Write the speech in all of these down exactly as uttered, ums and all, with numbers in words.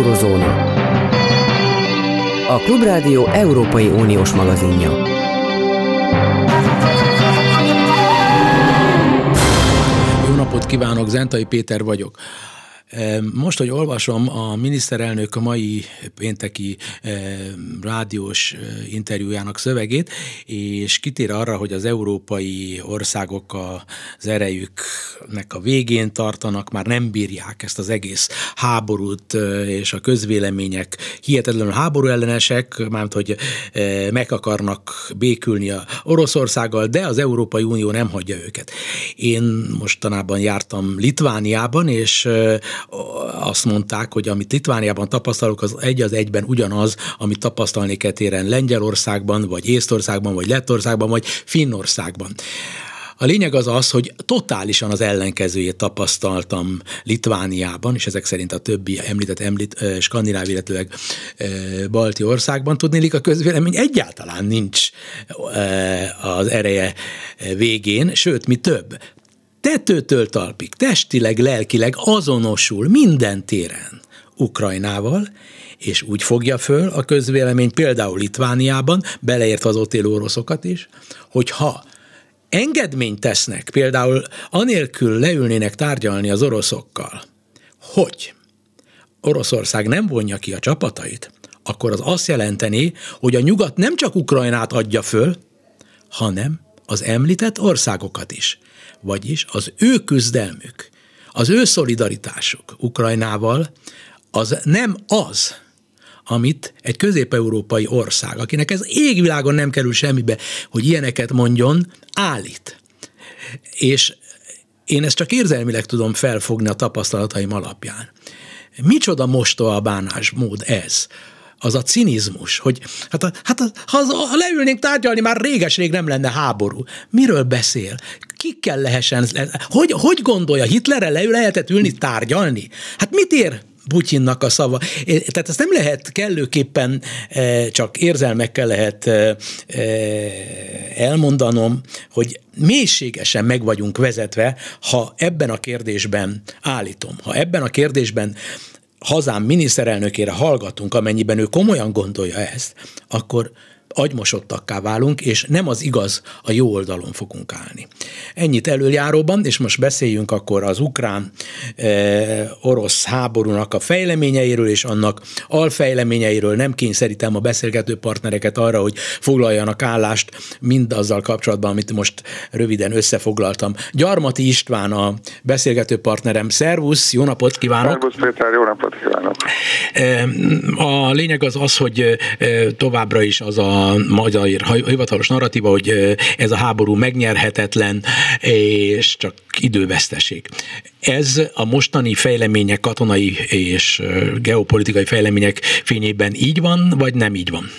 Eurozóna. A Klubrádió Európai Uniós magazinja. Jó napot kívánok, Zentai Péter vagyok. Most, hogy olvasom a miniszterelnök a mai pénteki rádiós interjújának szövegét, és kitér arra, hogy az európai országok az erejüknek a végén tartanak, már nem bírják ezt az egész háborút, és a közvélemények hihetetlenül háború ellenesek, mármint, hogy meg akarnak békülni a Oroszországgal, de az Európai Unió nem hagyja őket. Én mostanában jártam Litvániában, és azt mondták, hogy amit Litvániában tapasztalok, az egy az egyben ugyanaz, amit tapasztalni kell téren Lengyelországban, vagy Észtországban, vagy Lettországban, vagy Finnországban. A lényeg az az, hogy totálisan az ellenkezőjét tapasztaltam Litvániában, és ezek szerint a többi említett említ, skandináv, illetőleg balti országban. Tudnélik, a közvélemény egyáltalán nincs az ereje végén, sőt, mi több. Tetőtől talpig, testileg, lelkileg azonosul minden téren Ukrajnával, és úgy fogja föl a közvélemény például Litvániában, beleértve az ott élő oroszokat is, hogy ha engedményt tesznek, például anélkül leülnének tárgyalni az oroszokkal, hogy Oroszország nem vonja ki a csapatait, akkor az azt jelenteni, hogy a nyugat nem csak Ukrajnát adja föl, hanem az említett országokat is. Vagyis az ő küzdelmük, az ő szolidaritásuk Ukrajnával az nem az, amit egy közép-európai ország, akinek ez égvilágon nem kerül semmibe, hogy ilyeneket mondjon, állít. És én ezt csak érzelmileg tudom felfogni a tapasztalataim alapján. Micsoda mostoha bánásmód ez? Az a cinizmus, hogy hát, a, hát a, ha, ha leülnénk tárgyalni, már réges-rég nem lenne háború. Miről beszél? Kikkel lehessen? Hogy, hogy gondolja? Hitlerrel leül, lehetett ülni tárgyalni? Hát mit ér Putyinnak a szava? Tehát ezt nem lehet kellőképpen, csak érzelmekkel lehet elmondanom, hogy mélységesen meg vagyunk vezetve, ha ebben a kérdésben állítom, ha ebben a kérdésben hazám miniszterelnökére hallgatunk, amennyiben ő komolyan gondolja ezt, akkor agymosottakká válunk, és nem az igaz, a jó oldalon fogunk állni. Ennyit előjáróban, és most beszéljünk akkor az ukrán-orosz háborúnak a fejleményeiről, és annak alfejleményeiről. Nem kényszerítem a beszélgető partnereket arra, hogy foglaljanak állást mindazzal kapcsolatban, amit most röviden összefoglaltam. Gyarmati István a beszélgető partnerem. Szervusz, jó napot kívánok! Szervusz Péter, jó napot kívánok! A lényeg az az, hogy továbbra is az a a magyar hivatalos narratíva, hogy ez a háború megnyerhetetlen, és csak időveszteség. Ez a mostani fejlemények, katonai és geopolitikai fejlemények fényében így van, vagy nem így van?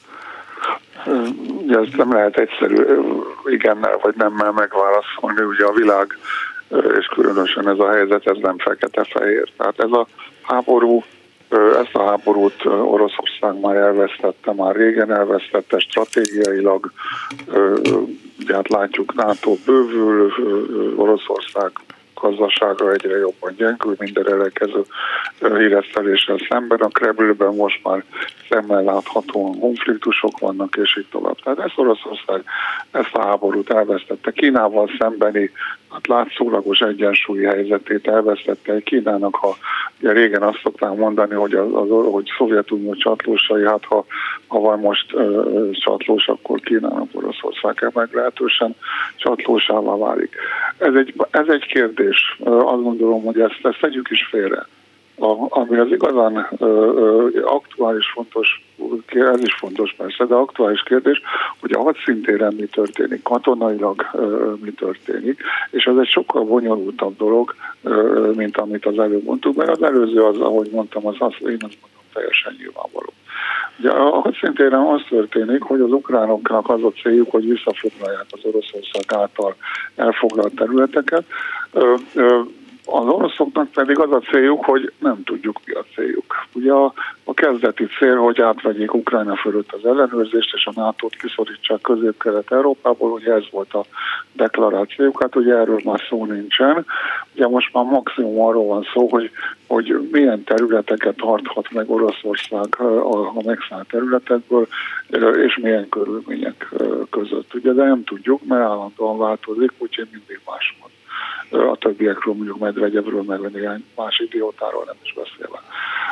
Ugye ezt nem lehet egyszerű igennel vagy nemmel megválaszolni. Ugye a világ, és különösen ez a helyzet, ez nem fekete-fehér. Tehát ez a háború, ezt a háborút Oroszország már elvesztette, már régen elvesztette stratégiailag, ugye hát látjuk, NATO bővül, Oroszország gazdasága egyre jobban gyengül, minden ellenkező híreszteléssel szemben. A Kremlben most már szemmel láthatóan konfliktusok vannak, és így tovább. Tehát ezt Oroszország ezt a háborút elvesztette. Kínával szembeni hát látszólagos egyensúlyi helyzetét elvesztette. Kínának, ha ugye régen azt szokták mondani, hogy, az, az, hogy Szovjetunió csatlósai, hát ha, ha van most uh, csatlós, akkor Kínának Oroszország meglehetősen csatlósává válik. Ez egy, ez egy kérdés. Uh, azt gondolom, hogy ezt, ezt tegyük is félre. A, ami az igazán ö, ö, aktuális fontos, ez is fontos persze, de aktuális kérdés, hogy a hadszintéren mi történik, katonailag ö, mi történik, és ez egy sokkal bonyolultabb dolog, ö, mint amit az előbb mondtuk, mert az előző az, ahogy mondtam, az, az én azt mondom, teljesen nyilvánvaló. Ugye a hadszintéren az történik, hogy az ukránoknak az a céljuk, hogy visszafoglalják az Oroszország által elfoglalt területeket. Ö, ö, Az oroszoknak pedig az a céljuk, hogy nem tudjuk, mi a céljuk. Ugye a, a kezdeti cél, hogy átvegyék Ukrajna fölött az ellenőrzést, és a nátót kiszorítsák Közép-Kelet-Európából, ugye ez volt a deklarációjuk, hát ugye erről már szó nincsen. Ugye most már maximum arról van szó, hogy, hogy milyen területeket tarthat meg Oroszország a, a megszállt területekből, és milyen körülmények között. Ugye, de nem tudjuk, mert állandóan változik, úgyhogy mindig más van. A többiekről, mondjuk Medvegyevről, meg néhány más idiótáról nem is beszélve.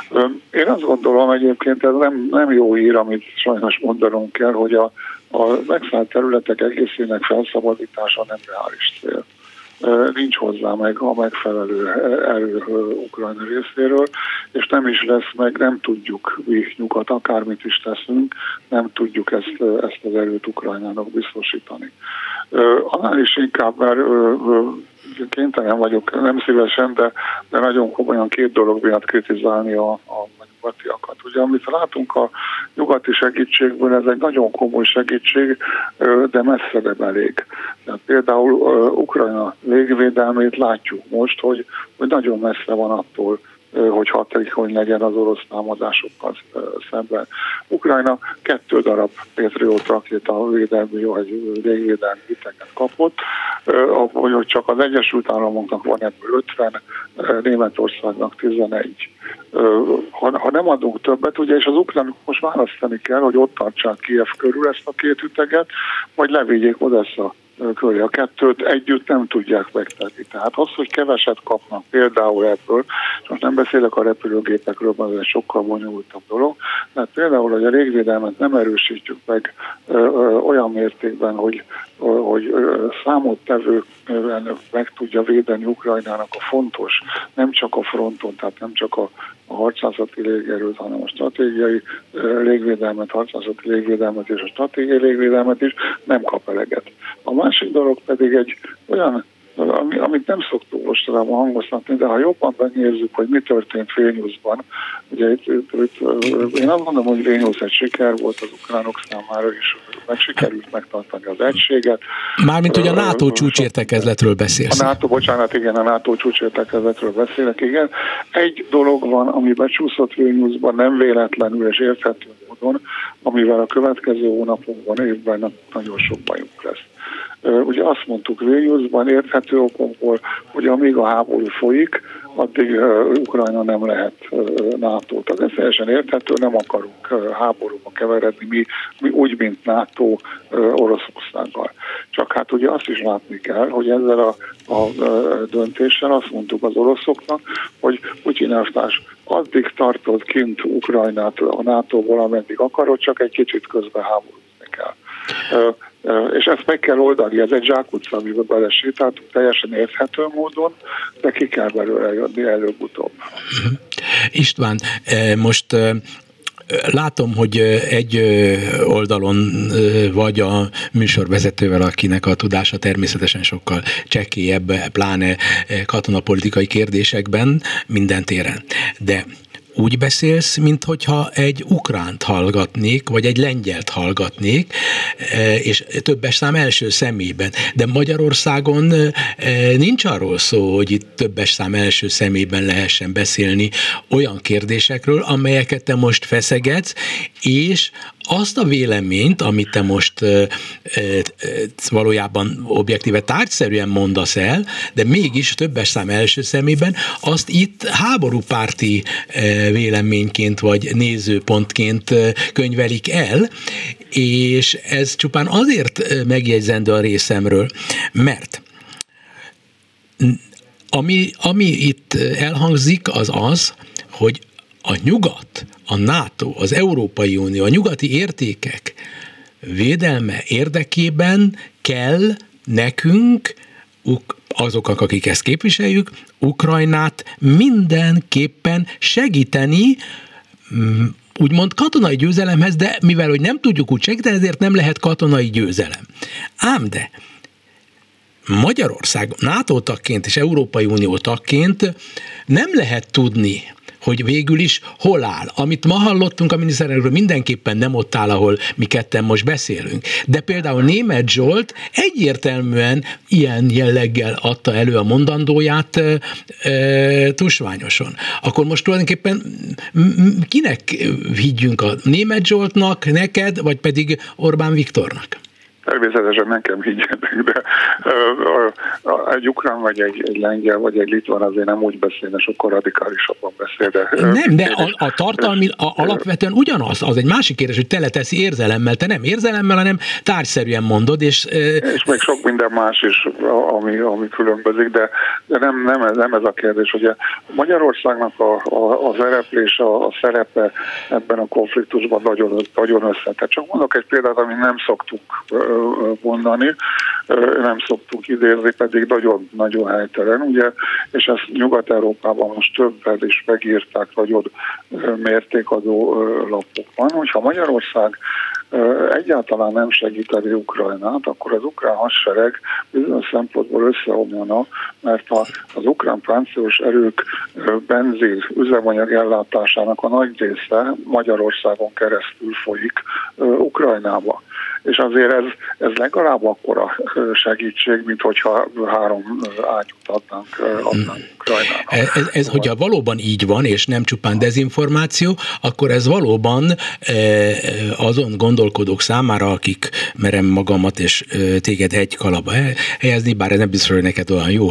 Én azt gondolom egyébként, ez nem, nem jó hír, amit sajnos mondanunk kell, hogy a, a megszállt területek egészének felszabadítása nem reális cél. Nincs hozzá meg a megfelelő erő Ukrajna részéről, és nem is lesz meg, nem tudjuk mi nyugat, akármit is teszünk, nem tudjuk ezt, ezt az erőt Ukrajnának biztosítani. Annál is inkább, mert kénytelen vagyok, nem szívesen, de, de nagyon komolyan két dolog miatt kritizálni a, a nyugatiakat. Ugye, amit látunk a nyugati segítségből, ez egy nagyon komoly segítség, de messze nem elég. Tehát például Ukrajna légvédelmét látjuk most, hogy, hogy nagyon messze van attól, hogy hatékony legyen az orosz támadásokkal szemben. Ukrajna kettő darab Patriot rakéta védelmi, vagy légvédelmi viteget kapott, hogy csak az Egyesült Államoknak van ebből ötven, Németországnak tizenegy. Ha, ha nem adunk többet, ugye, és az ukránok most választani kell, hogy ott tartsák Kijev körül ezt a két üteget, vagy levigyék Odessa köré. A kettőt együtt nem tudják megtenni. Tehát az, hogy keveset kapnak például ebből, és most nem beszélek a repülőgépekről, mert ez egy sokkal bonyolultabb dolog, mert például, hogy a légvédelmet nem erősítjük meg ö, ö, olyan mértékben, hogy, ö, hogy ö, számottevően meg tudja védeni Ukrajnának a fontos, nem csak a fronton, tehát nem csak a a harcászati légerőt, hanem a stratégiai légvédelmet, harcászati légvédelmet és a stratégiai légvédelmet is nem kap eleget. A másik dolog pedig egy olyan, amit nem szoktunk mostanában hangoztatni, de ha jobban megnézzük, hogy mi történt Vilniusban, ugye itt, itt, itt, én azt mondom, hogy Vilnius egy siker volt az ukránok számára is, meg sikerült megtartani az egységet. Mármint, hogy a NATO csúcsértekezletről beszélsz. A NATO, bocsánat, igen, a NATO csúcsértekezletről beszélek, igen. Egy dolog van, ami becsúszott Vilniusban, nem véletlenül és érthető módon, amivel a következő hónapokban, évben nagyon sok bajunk lesz. Ugye azt mondtuk Vilniusban érthető okokból, hogy amíg a háború folyik, addig uh, Ukrajna nem lehet uh, NATO. Tehát ez teljesen érthető, nem akarunk uh, háborúba keveredni, mi, mi úgy, mint NATO uh, Oroszországgal. Csak hát ugye azt is látni kell, hogy ezzel a, a uh, döntéssel azt mondtuk az oroszoknak, hogy Putyin elvtárs addig tartod kint Ukrajnát a nátóból, ameddig akarod, csak egy kicsit közben háborúzni kell. Uh, És ezt meg kell oldani, ez egy zsákutca, amiben belesétáltunk teljesen érthető módon, de ki kell belőle jönni előbb-utóbb. István, most látom, hogy egy oldalon vagy a műsorvezetővel, akinek a tudása természetesen sokkal csekélyebb, pláne katonapolitikai kérdésekben minden téren. De úgy beszélsz, minthogyha egy ukránt hallgatnék, vagy egy lengyelt hallgatnék, és többes szám első személyben. De Magyarországon nincs arról szó, hogy itt többes szám első személyben lehessen beszélni olyan kérdésekről, amelyeket te most feszegetsz, és azt a véleményt, amit te most e, e, valójában objektíve tárgyszerűen mondasz el, de mégis többes szám első szemében, azt itt háborúpárti e, véleményként vagy nézőpontként e, könyvelik el, és ez csupán azért megjegyzendő a részemről, mert ami, ami itt elhangzik, az az, hogy a nyugat, a NATO, az Európai Unió, a nyugati értékek védelme érdekében kell nekünk, azoknak, akik ezt képviseljük, Ukrajnát mindenképpen segíteni, úgymond katonai győzelemhez, de mivel hogy nem tudjuk úgy segíteni, ezért nem lehet katonai győzelem. Ám de Magyarország NATO tagként és Európai Unió tagként nem lehet tudni, hogy végül is hol áll. Amit ma hallottunk a miniszterelnökről, mindenképpen nem ott áll, ahol mi ketten most beszélünk. De például Németh Zsolt egyértelműen ilyen jelleggel adta elő a mondandóját e, e, tusványosan. Akkor most tulajdonképpen kinek higgyünk, a Németh Zsoltnak, neked, vagy pedig Orbán Viktornak? Természetesen nekem higgyenek, de egy ukrán, vagy egy, egy lengyel, vagy egy litván azért nem úgy beszélne, sokkal radikálisabban beszél. De, nem, de a, a tartalmi a, alapvetően ugyanaz, az egy másik kérdés, hogy te leteszi érzelemmel, te nem érzelemmel, hanem tárgyszerűen mondod, és... És még sok minden más is, ami, ami különbözik, de, de nem, nem, ez, nem ez a kérdés. Ugye Magyarországnak a, a, a szereplés, a, a szerepe ebben a konfliktusban nagyon, nagyon összetett. Csak mondok egy példát, amit nem szoktuk mondani, nem szoktuk idézni, pedig nagyon, nagyon helytelen, ugye, és ezt Nyugat-Európában most többet is megírták, nagyon mértékadó lapokban, hogyha Magyarország egyáltalán nem segíteni Ukrajnát, akkor az ukrán hadsereg bizonyos szempontból összeomlana, mert az ukrán páncélos erők benzin üzemanyag ellátásának a nagy része Magyarországon keresztül folyik Ukrajnába. És azért ez, ez legalább akkora segítség, mint hogyha három ágyút adnánk, adnánk Ukrajnának. Ez, ez, hogyha valóban így van, és nem csupán dezinformáció, akkor ez valóban azon gondolkodók számára, akik merem magamat és téged egy kalapba helyezni, bár ez nem biztos, hogy neked olyan jó,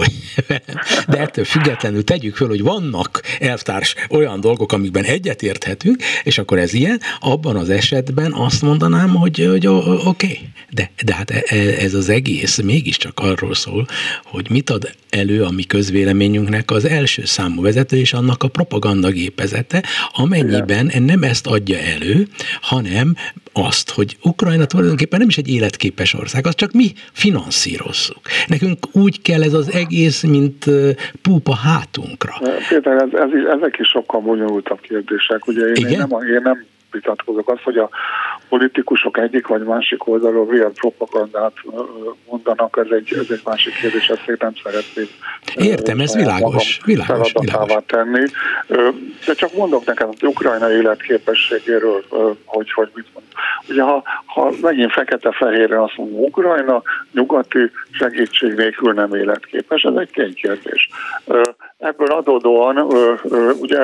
de ettől függetlenül tegyük föl, hogy vannak elvtárs olyan dolgok, amikben egyetérthetünk, és akkor ez ilyen, abban az esetben azt mondanám, hogy, hogy oké, okay. de, de hát ez az egész mégiscsak arról szól, hogy mit ad elő a mi közvéleményünknek az első számú vezető, és annak a propagandagépezete, amennyiben nem ezt adja elő, hanem azt, hogy Ukrajna tulajdonképpen nem is egy életképes ország, azt csak mi finanszírozzuk. Nekünk úgy kell ez az egész, mint púpa hátunkra. Péter, ez, ez is, ezek is sokkal bonyolultabb kérdések. Ugye én, én, nem, én nem vitatkozok. Az, hogy a politikusok egyik vagy másik oldalról milyen propagandát mondanak, ez egy, ez egy másik kérdés, ezt én nem szeretném. Értem, ez világos, világos, világos. tenni. De csak mondok nekem az Ukrajna életképességéről, hogy, hogy mit mondom. Ugye ha, ha megint fekete-fehérre azt mondom, Ukrajna nyugati segítség nélkül nem életképes, ez egy ténykérdés. Ebből adódóan ugye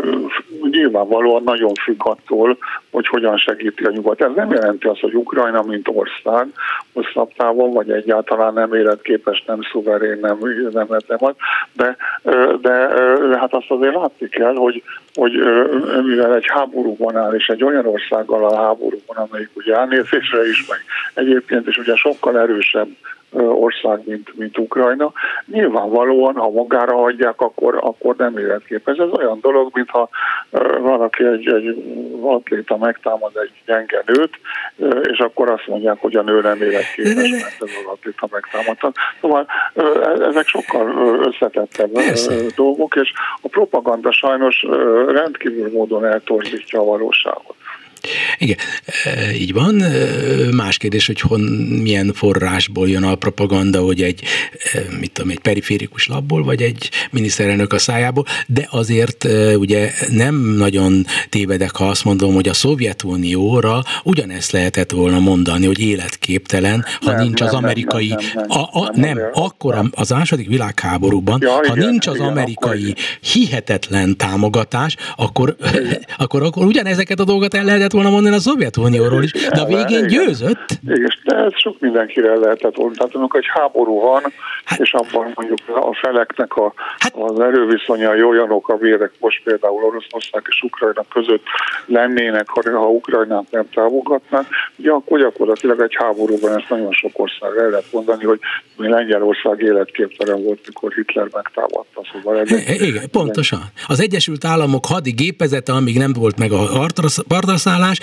nyilvánvalóan nagyon függ attól, hogy hogyan segíti a nyugat. Ez nem jelenti azt, hogy Ukrajna, mint ország, hosszabb távon, vagy egyáltalán nem életképes, nem szuverén, nem, nem, nem az, de, de hát azt azért látni kell, hogy, hogy mivel egy háborúban áll, és egy olyan országgal a háborúban, amelyik ugye elnézésre is, meg egyébként is ugye sokkal erősebb ország, mint, mint Ukrajna. Nyilvánvalóan, ha magára hagyják, akkor, akkor nem életképes. Ez olyan dolog, mintha valaki egy, egy atléta megtámad egy gyenge nőt, és akkor azt mondják, hogy a nő nem életképes, mert ez az atléta megtámadta. Szóval ezek sokkal összetettebb dolgok, és a propaganda sajnos rendkívül módon eltorzítja a valóságot. Igen, így van. Más kérdés, hogy hon, milyen forrásból jön a propaganda, hogy egy, mit tudom, egy periférikus labból, vagy egy miniszterelnök a szájából, de azért ugye nem nagyon tévedek, ha azt mondom, hogy a Szovjetunióra ugyanezt lehetett volna mondani, hogy életképtelen, ha nem, nincs nem, az amerikai, nem, nem, nem, a, a, nem, nem akkor az második világháborúban, ja, ha igen, nincs az igen, amerikai igen. hihetetlen támogatás, akkor, akkor, akkor ugyanezeket a dolgokat el lehetett volna mondani a Szovjetunióról is, de a végén győzött. Igen, de ez sok mindenkire lehetett volna. Tehát amikor egy háború van, hát, és abban mondjuk a feleknek a, hát, az erőviszonyai olyanok, amilyenek most például Oroszország és Ukrajna között lennének, ha, ha Ukrajnát nem támogatnák, ugye akkor gyakorlatilag egy háborúban ezt nagyon sok ország el lehet mondani, hogy Lengyelország életképtelen volt, mikor Hitler megtámadta. Szóval ez egy, igen, pontosan. Az Egyesült Államok hadi gépezete, amíg nem volt meg a partraszállás,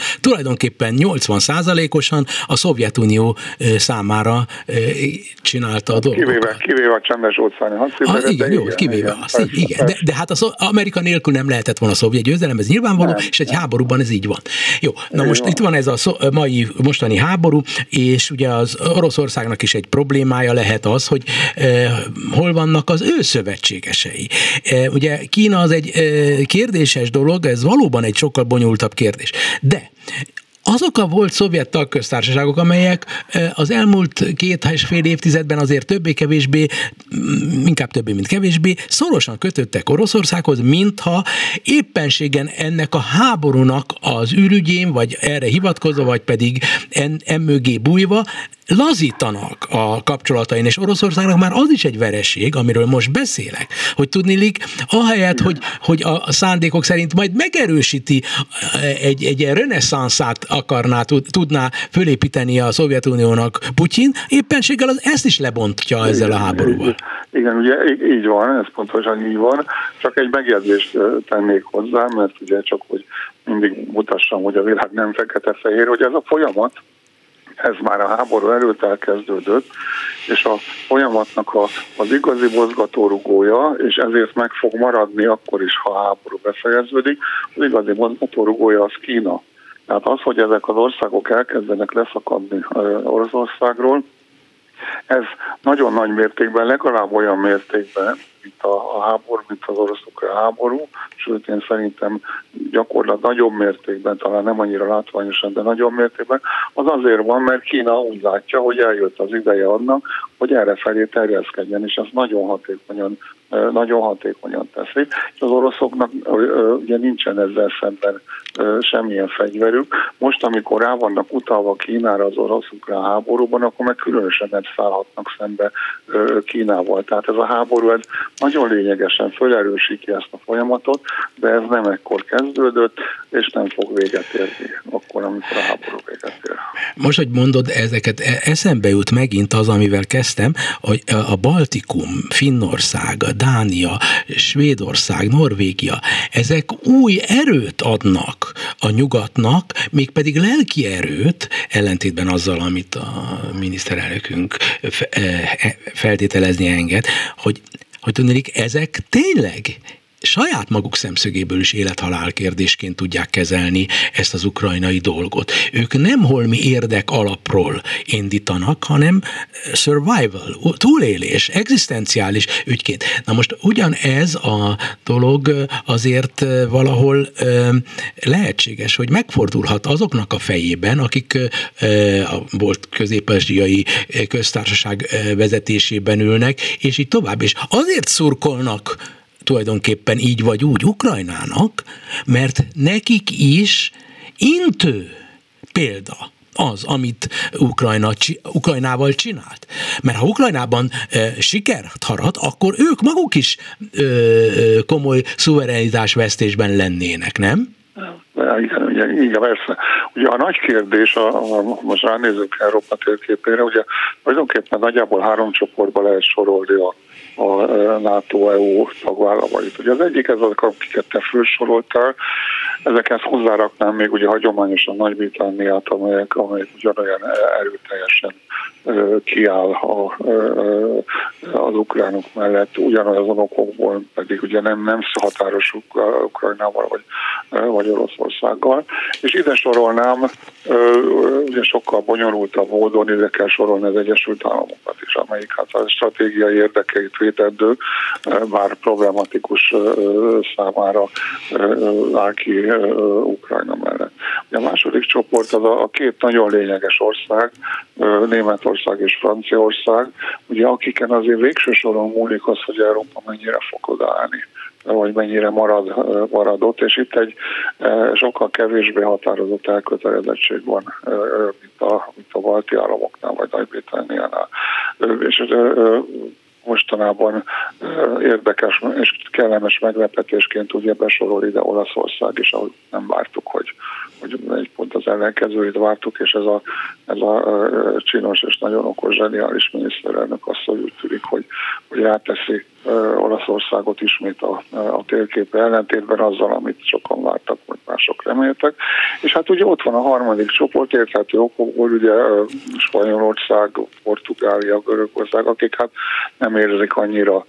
tulajdonképpen nyolcvan százalékosan a Szovjetunió számára csinálta a dolgokat. Kivéve, kivéve a csendes óceáni hadfegyveret. Ah, igen, jó, igen, kivéve igen, azt, persze, igen. De, de hát az Amerika nélkül nem lehetett volna a szovjet győzelem, ez nyilvánvaló, nem, és egy nem. háborúban ez így van. Jó, na most van. Itt van ez a szó, mai, mostani háború, és ugye az Oroszországnak is egy problémája lehet az, hogy eh, hol vannak az ő szövetségesei. Eh, ugye Kína az egy eh, kérdéses dolog, ez valóban egy sokkal bonyolultabb kérdés. De azok a volt szovjet tagköztársaságok, amelyek az elmúlt két és fél évtizedben azért többé-kevésbé, inkább többé, mint kevésbé, szorosan kötöttek Oroszországhoz, mintha éppenségen ennek a háborúnak az ürügyén, vagy erre hivatkozva, vagy pedig en, emögé bújva, lazítanak a kapcsolatain, és Oroszországnak már az is egy vereség, amiről most beszélek, hogy tudniillik, ahelyett, hogy, hogy a szándékok szerint majd megerősíti egy, egy reneszánszát akarná, tudná fölépíteni a Szovjetuniónak Putyin, éppenséggel az ezt is lebontja igen, ezzel a háborúval. Igen, ugye így van, ez pontosan így van, csak egy megjegyzést tennék hozzá, mert ugye csak, hogy mindig mutassam, hogy a világ nem fekete-fehér, hogy ez a folyamat, ez már a háború előtt elkezdődött, és a folyamatnak a, az igazi mozgatórugója, és ezért meg fog maradni akkor is, ha a háború befejeződik, az igazi mozgatórugója az Kína. Tehát az, hogy ezek az országok elkezdenek leszakadni Oroszországról, ez nagyon nagy mértékben, legalább olyan mértékben, mint a, a háború, mint az orosz-ukrán háború, sőt én szerintem gyakorlat nagyobb mértékben, talán nem annyira látványosan, de nagyobb mértékben, az azért van, mert Kína úgy látja, hogy eljött az ideje annak, hogy erre felé terjeszkedjen, és ezt nagyon hatékonyan, nagyon hatékonyan teszi. És az oroszoknak ugye nincsen ezzel szemben semmilyen fegyverük. Most, amikor rá vannak utalva Kínára az orosz-ukrán háborúban, akkor meg különösen nem szállhatnak szembe Kínával. Tehát ez a háború ez nagyon lényegesen felerősíti ezt a folyamatot, de ez nem ekkor kezdődött, és nem fog véget érni akkor, amikor a háború véget ér. Most, hogy mondod ezeket, eszembe jut megint az, amivel kezdtem, hogy a Baltikum, Finnország, Dánia, Svédország, Norvégia, ezek új erőt adnak a nyugatnak, mégpedig lelki erőt, ellentétben azzal, amit a miniszterelnökünk feltételezni enged, hogy, hogy tudnék, ezek tényleg saját maguk szemszögéből is élethalál kérdésként tudják kezelni ezt az ukrajnai dolgot. Ők nem holmi érdek alapról indítanak, hanem survival, túlélés, egzisztenciális ügyként. Na most ugyanez a dolog azért valahol lehetséges, hogy megfordulhat azoknak a fejében, akik a volt közép-ázsiai köztársaság vezetésében ülnek, és így tovább. És azért szurkolnak tulajdonképpen így vagy úgy Ukrajnának, mert nekik is intő példa az, amit Ukrajna, Ukrajnával csinált. Mert ha Ukrajnában e, sikert harat, akkor ők maguk is e, e, komoly szuverenitásvesztésben lennének, nem? Igen, ugye, igen, persze. Ugye a nagy kérdés, a, a, most ránézünk Európa térképére, ugye tulajdonképpen nagyjából három csoportba lehet sorolni a a NATO-é u tagállamait. Ugye az egyik ez azok, akiket te felsoroltál, ezekhez hozzáraknám még ugye hagyományosan Nagy-Britanniát, amelyek, amelyek ugyanolyan erőteljesen kiáll a, az ukránok mellett, ugyanazon okokból pedig ugye nem, nem határos Ukrajnával vagy, vagy Oroszországgal. És ide sorolnám, ugye sokkal bonyolultabb módon ide kell sorolni az Egyesült Államokat is, amelyik hát a stratégiai érdekeit védendő, bár problematikus számára áll ki Ukrajna mellett. A második csoport az a két nagyon lényeges ország, Németország és Franciaország, ugye akiken azért végső soron múlik az, hogy Európa mennyire fog odaállni, vagy mennyire marad, maradott, és itt egy sokkal kevésbé határozott elkötelezettség van, mint a, mint a balti államoknál, vagy Nagy-Britanniánál. És mostanában érdekes és kellemes meglepetésként ugye besorol ide Olaszország is, ahogy nem vártuk, hogy, hogy egy pont az ellenkezőit vártuk, és ez a, ez a csinos és nagyon okos, zseniális miniszterelnök azt, hogy úgy tűnik, hogy, hogy ráteszi Olaszországot ismét a, a térképre, ellentétben azzal, amit sokan vártak, hogy már mások reméltek. És hát ugye ott van a harmadik csoport, érthető okokból, ugye Spanyolország, Portugália, Görögország, akik hát nem érzik annyira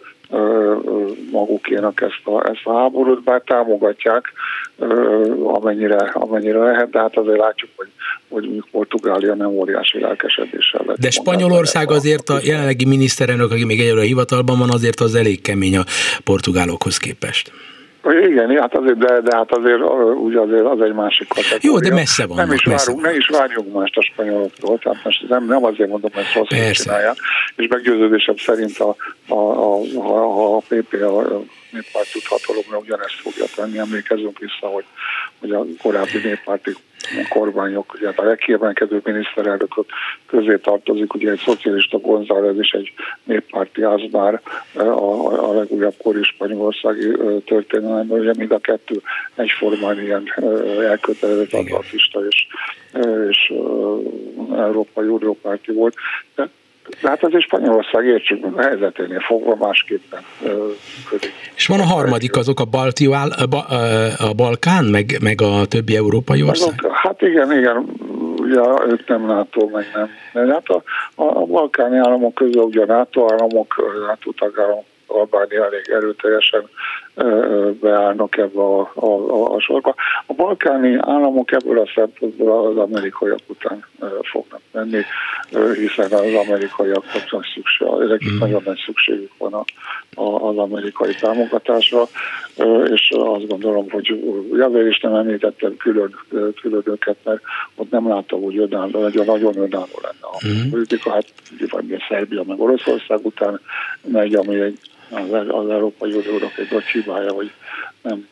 magukénak ezt a, ezt a háborút, bár támogatják amennyire, amennyire lehet, de hát azért látjuk, hogy, hogy mondjuk Portugália nem óriási lelkesedéssel lett. De Spanyolország azért a jelenlegi miniszterelnök, aki még egyelőre hivatalban van, azért az elég kemény a portugálokhoz képest. Igen, hát azért, de, de hát azért, ugye azért az egy másik kategória. Jó, de messze van. Nem is várunk, ne is várjunk mást a spanyoloktól, tehát most nem, nem azért mondom, hogy ezt rosszul csinálják, és meggyőződésem szerint a, a, a, a, a pé pé, a néppárti hatalomra ugyanezt fogja tenni. Emlékezzünk vissza, hogy, hogy a korábbi néppárti kormányok, ugye a legkiemelkedőbb miniszterelnökök közé tartozik, ugye egy szocialista González és egy néppárti Aznar a, a legújabb kori spanyolországi történelemben, ugye mind a kettő egyformán ilyen elkötelezett atlantista és, és Európai Unió párti volt. De De hát azért Spanyolország, értsük meg, a helyzeténél fogva másképpen ködik. És van a harmadik, azok a, Balti, a, a Balkán, meg, meg a többi európai ország? Azok, hát igen, igen, ugye ők nem NATO, meg nem. De hát a, a, a balkáni államok közül ugye a NATO államok, NATO tagállamok, Albánia elég erőteljesen beállnak ebbe a, a, a, a sorba. A balkáni államok ebből a szempontból az amerikaiak után fognak menni, hiszen az amerikaiaknak szükség, ezeknek mm. nagyon nagy szükségük van a, a, az amerikai támogatásra, és azt gondolom, hogy azért is nem említettem külön, külön őket, mert ott nem látom, hogy önálló, nagyon önálló lenne a mm. politika, hát vagy a Szerbia meg Oroszország után megy, ami egy Az, az Európai Uniónak egy nagy hibája, hogy nem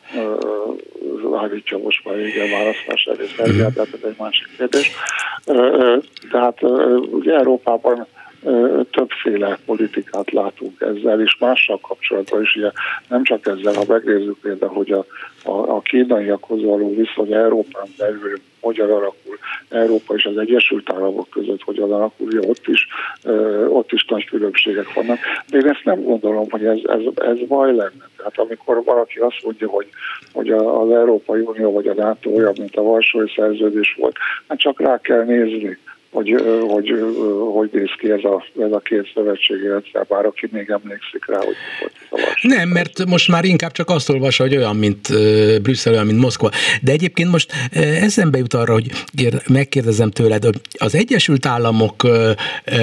uh, állítja most már igen választás elé Szerbiát, tehát ez egy másik kérdés. Uh, tehát uh, ugye Európában uh, többféle politikát látunk ezzel, és mással kapcsolatban is, ugye nem csak ezzel, ha megnézzük például, hogy a, a, a kínaiakhoz való viszony Európán belül hogyan alakul, Európa és az Egyesült Államok között hogyan alakul, ugye ott is, uh, ott is nagy különbségek vannak. De én ezt nem gondolom, hogy ez, ez, ez baj lenne. Tehát amikor valaki azt mondja, hogy, hogy az Európai Unió vagy a NATO olyan, mint a Varsói Szerződés volt, hát csak rá kell nézni, hogy hogy, hogy néz ki ez a, ez a két szövetségi rendszer, bár aki még emlékszik rá, hogy volt ez a Varsói. Nem, mert most már inkább csak azt olvassa, hogy olyan, mint Brüsszel, olyan, mint Moszkva. De egyébként most eszembe jut arra, hogy megkérdezem tőled, hogy az Egyesült Államokat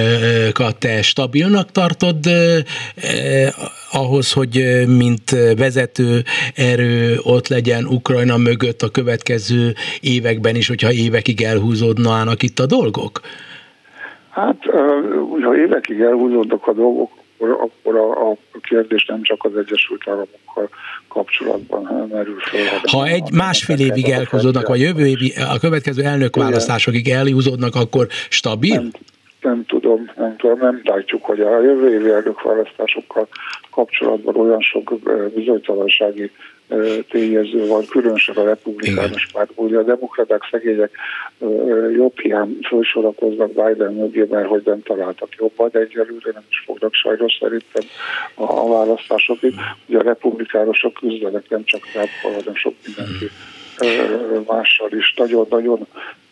te stabilnak tartod ahhoz, hogy mint vezető erő ott legyen Ukrajna mögött a következő években is, hogyha évekig elhúzódnának itt a dolgok? Hát, ha évekig elhúzódnak a dolgok, akkor, akkor a, a kérdés nem csak az Egyesült Államokkal kapcsolatban merül fel. Ha egy másfél évig elhúzódnak, vagy jövő évi, a következő elnökválasztásokig elhúzódnak, akkor stabil? Nem, nem tudom, nem tudom, nem látjuk, hogy a jövő évi elnökválasztásokkal kapcsolatban olyan sok bizonytalansági tényező van, különösen a republikánus párt. Ugye a demokraták szegények jobb hiány felsorakoznak Biden mögé, mert hogy nem találtak jobban, de egyelőre nem is fognak sajnos szerintem a, a választásokig. Ugye a republikánusok küzdenek nem csak Trumpal, hanem sok mindenki mással is. Nagyon-nagyon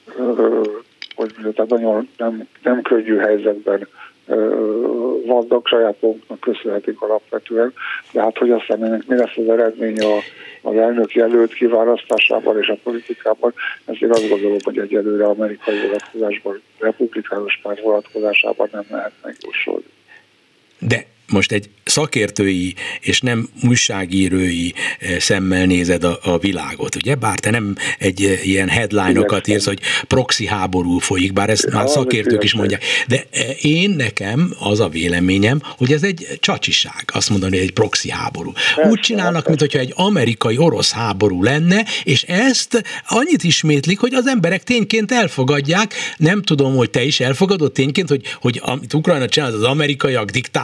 hogy tehát nagyon nem, nem könnyű helyzetben vannak, saját maguknak köszönhetik alapvetően, de hát hogy aztán ennek mi lesz az eredménye a, az elnök jelölt kiválasztásában és a politikában, ezt én azt gondolom, hogy egyelőre amerikai vonatkozásban, republikánus párt vonatkozásában nem lehet megjósolni. De most egy szakértői és nem újságírói szemmel nézed a, a világot, ugye? Bár te nem egy ilyen headline-okat írsz, hogy proxy háború folyik, bár ezt már szakértők is mondják. De én nekem az a véleményem, hogy ez egy csacsiság, azt mondani, hogy egy proxy háború. Úgy csinálnak, mintha egy amerikai-orosz háború lenne, és ezt annyit ismétlik, hogy az emberek tényként elfogadják. Nem tudom, hogy te is elfogadod tényként, hogy, hogy amit Ukrajna csinál, az amerikaiak diktátuma, vagy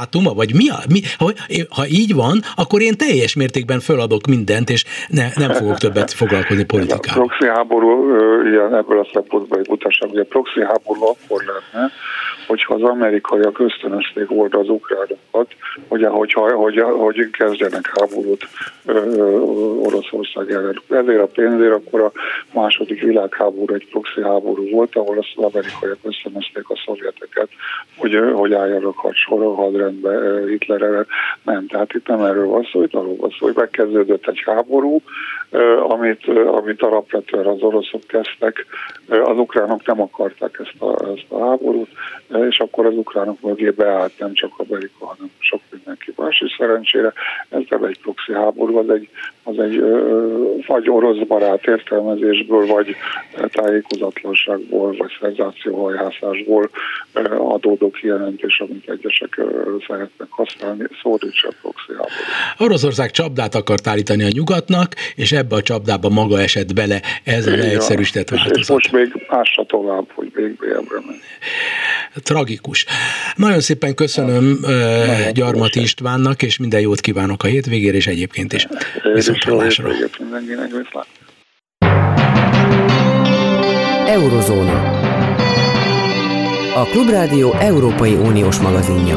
vagy mi, a, mi ha, ha így van, akkor én teljes mértékben föladok mindent, és ne, nem fogok többet foglalkozni politikával. A proxy háború ilyen ebből a szempontból egy utaság, hogy a proxy háború akkor lenne, hogyha az amerikaiak ösztönözték volna az ukránokat, hogy, hogyha, hogy, hogy kezdjenek háborút Oroszország ellen. Ezért a pénzért akkor a második világháború egy proxy háború volt, ahol az amerikaiak ösztönözték a szovjeteket, hogy, hogy álljanak hadsorra, hadrendbe Hitlerre. Nem, tehát itt nem erről van szó, itt arról van szó, hogy megkezdődött egy háború, amit, amit alapvetően az oroszok kezdtek. Az ukránok nem akarták ezt a, ezt a háborút, és akkor az ukránok mögé beállt nem csak Amerika, hanem sok mindenki más, és szerencsére ez nem egy proxy háború, az egy, az egy vagy orosz barát értelmezésből, vagy tájékozatlanságból, vagy szenzációhajhászásból adódó kijelentés, amit egyesek szeretnek használni, szó nincs a proxy háború. Oroszország csapdát akart állítani a nyugatnak, és ebbe a csapdába maga esett bele, ez a leegyszerűsített változat. És most még másra tovább, hogy még mélyebbre menni. Tragikus. Nagyon szépen köszönöm uh, Gyarmati Istvánnak, és minden jót kívánok a hétvégére, és egyébként is. Viszontlátásra. Eurozóna. A Klubrádió Európai Uniós magazinja.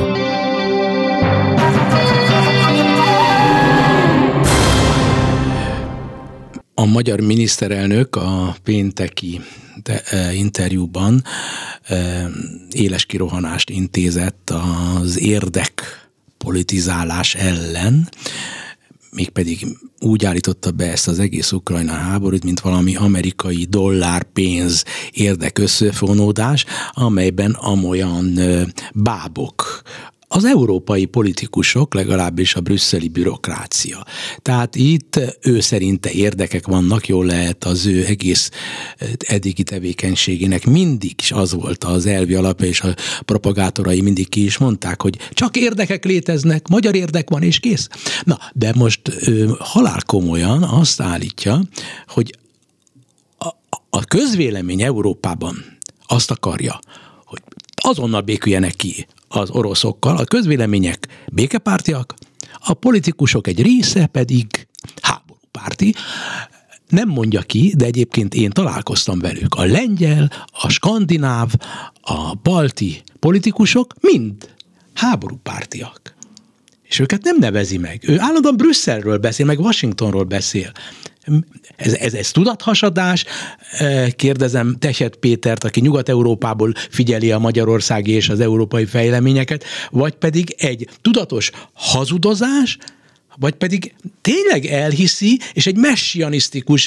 A magyar miniszterelnök a pénteki de, e, interjúban e, éles kirohanást intézett az érdekpolitizálás ellen, mégpedig úgy állította be ezt az egész Ukrajna háborút, mint valami amerikai dollárpénz érdekösszefonódás, amelyben amolyan e, bábok, az európai politikusok, legalábbis a brüsszeli bürokrácia. Tehát itt ő szerinte érdekek vannak, jól lehet az ő egész eddigi tevékenységének mindig is az volt az elvi alapja, és a propagátorai mindig ki is mondták, hogy csak érdekek léteznek, magyar érdek van, és kész. Na, de most ő halál komolyan azt állítja, hogy a, a közvélemény Európában azt akarja, hogy azonnal béküljenek ki az oroszokkal, a közvélemények békepártiak, a politikusok egy része pedig háborúpárti. Nem mondja ki, de egyébként én találkoztam velük. A lengyel, a skandináv, a balti politikusok mind háborúpártiak. És őket nem nevezi meg. Ő állandóan Brüsszelről beszél, meg Washingtonról beszél. Ez, ez, ez tudathasadás? Kérdezem Techet Pétert, aki Nyugat-Európából figyeli a magyarországi és az európai fejleményeket, vagy pedig egy tudatos hazudozás, vagy pedig tényleg elhiszi, és egy messianisztikus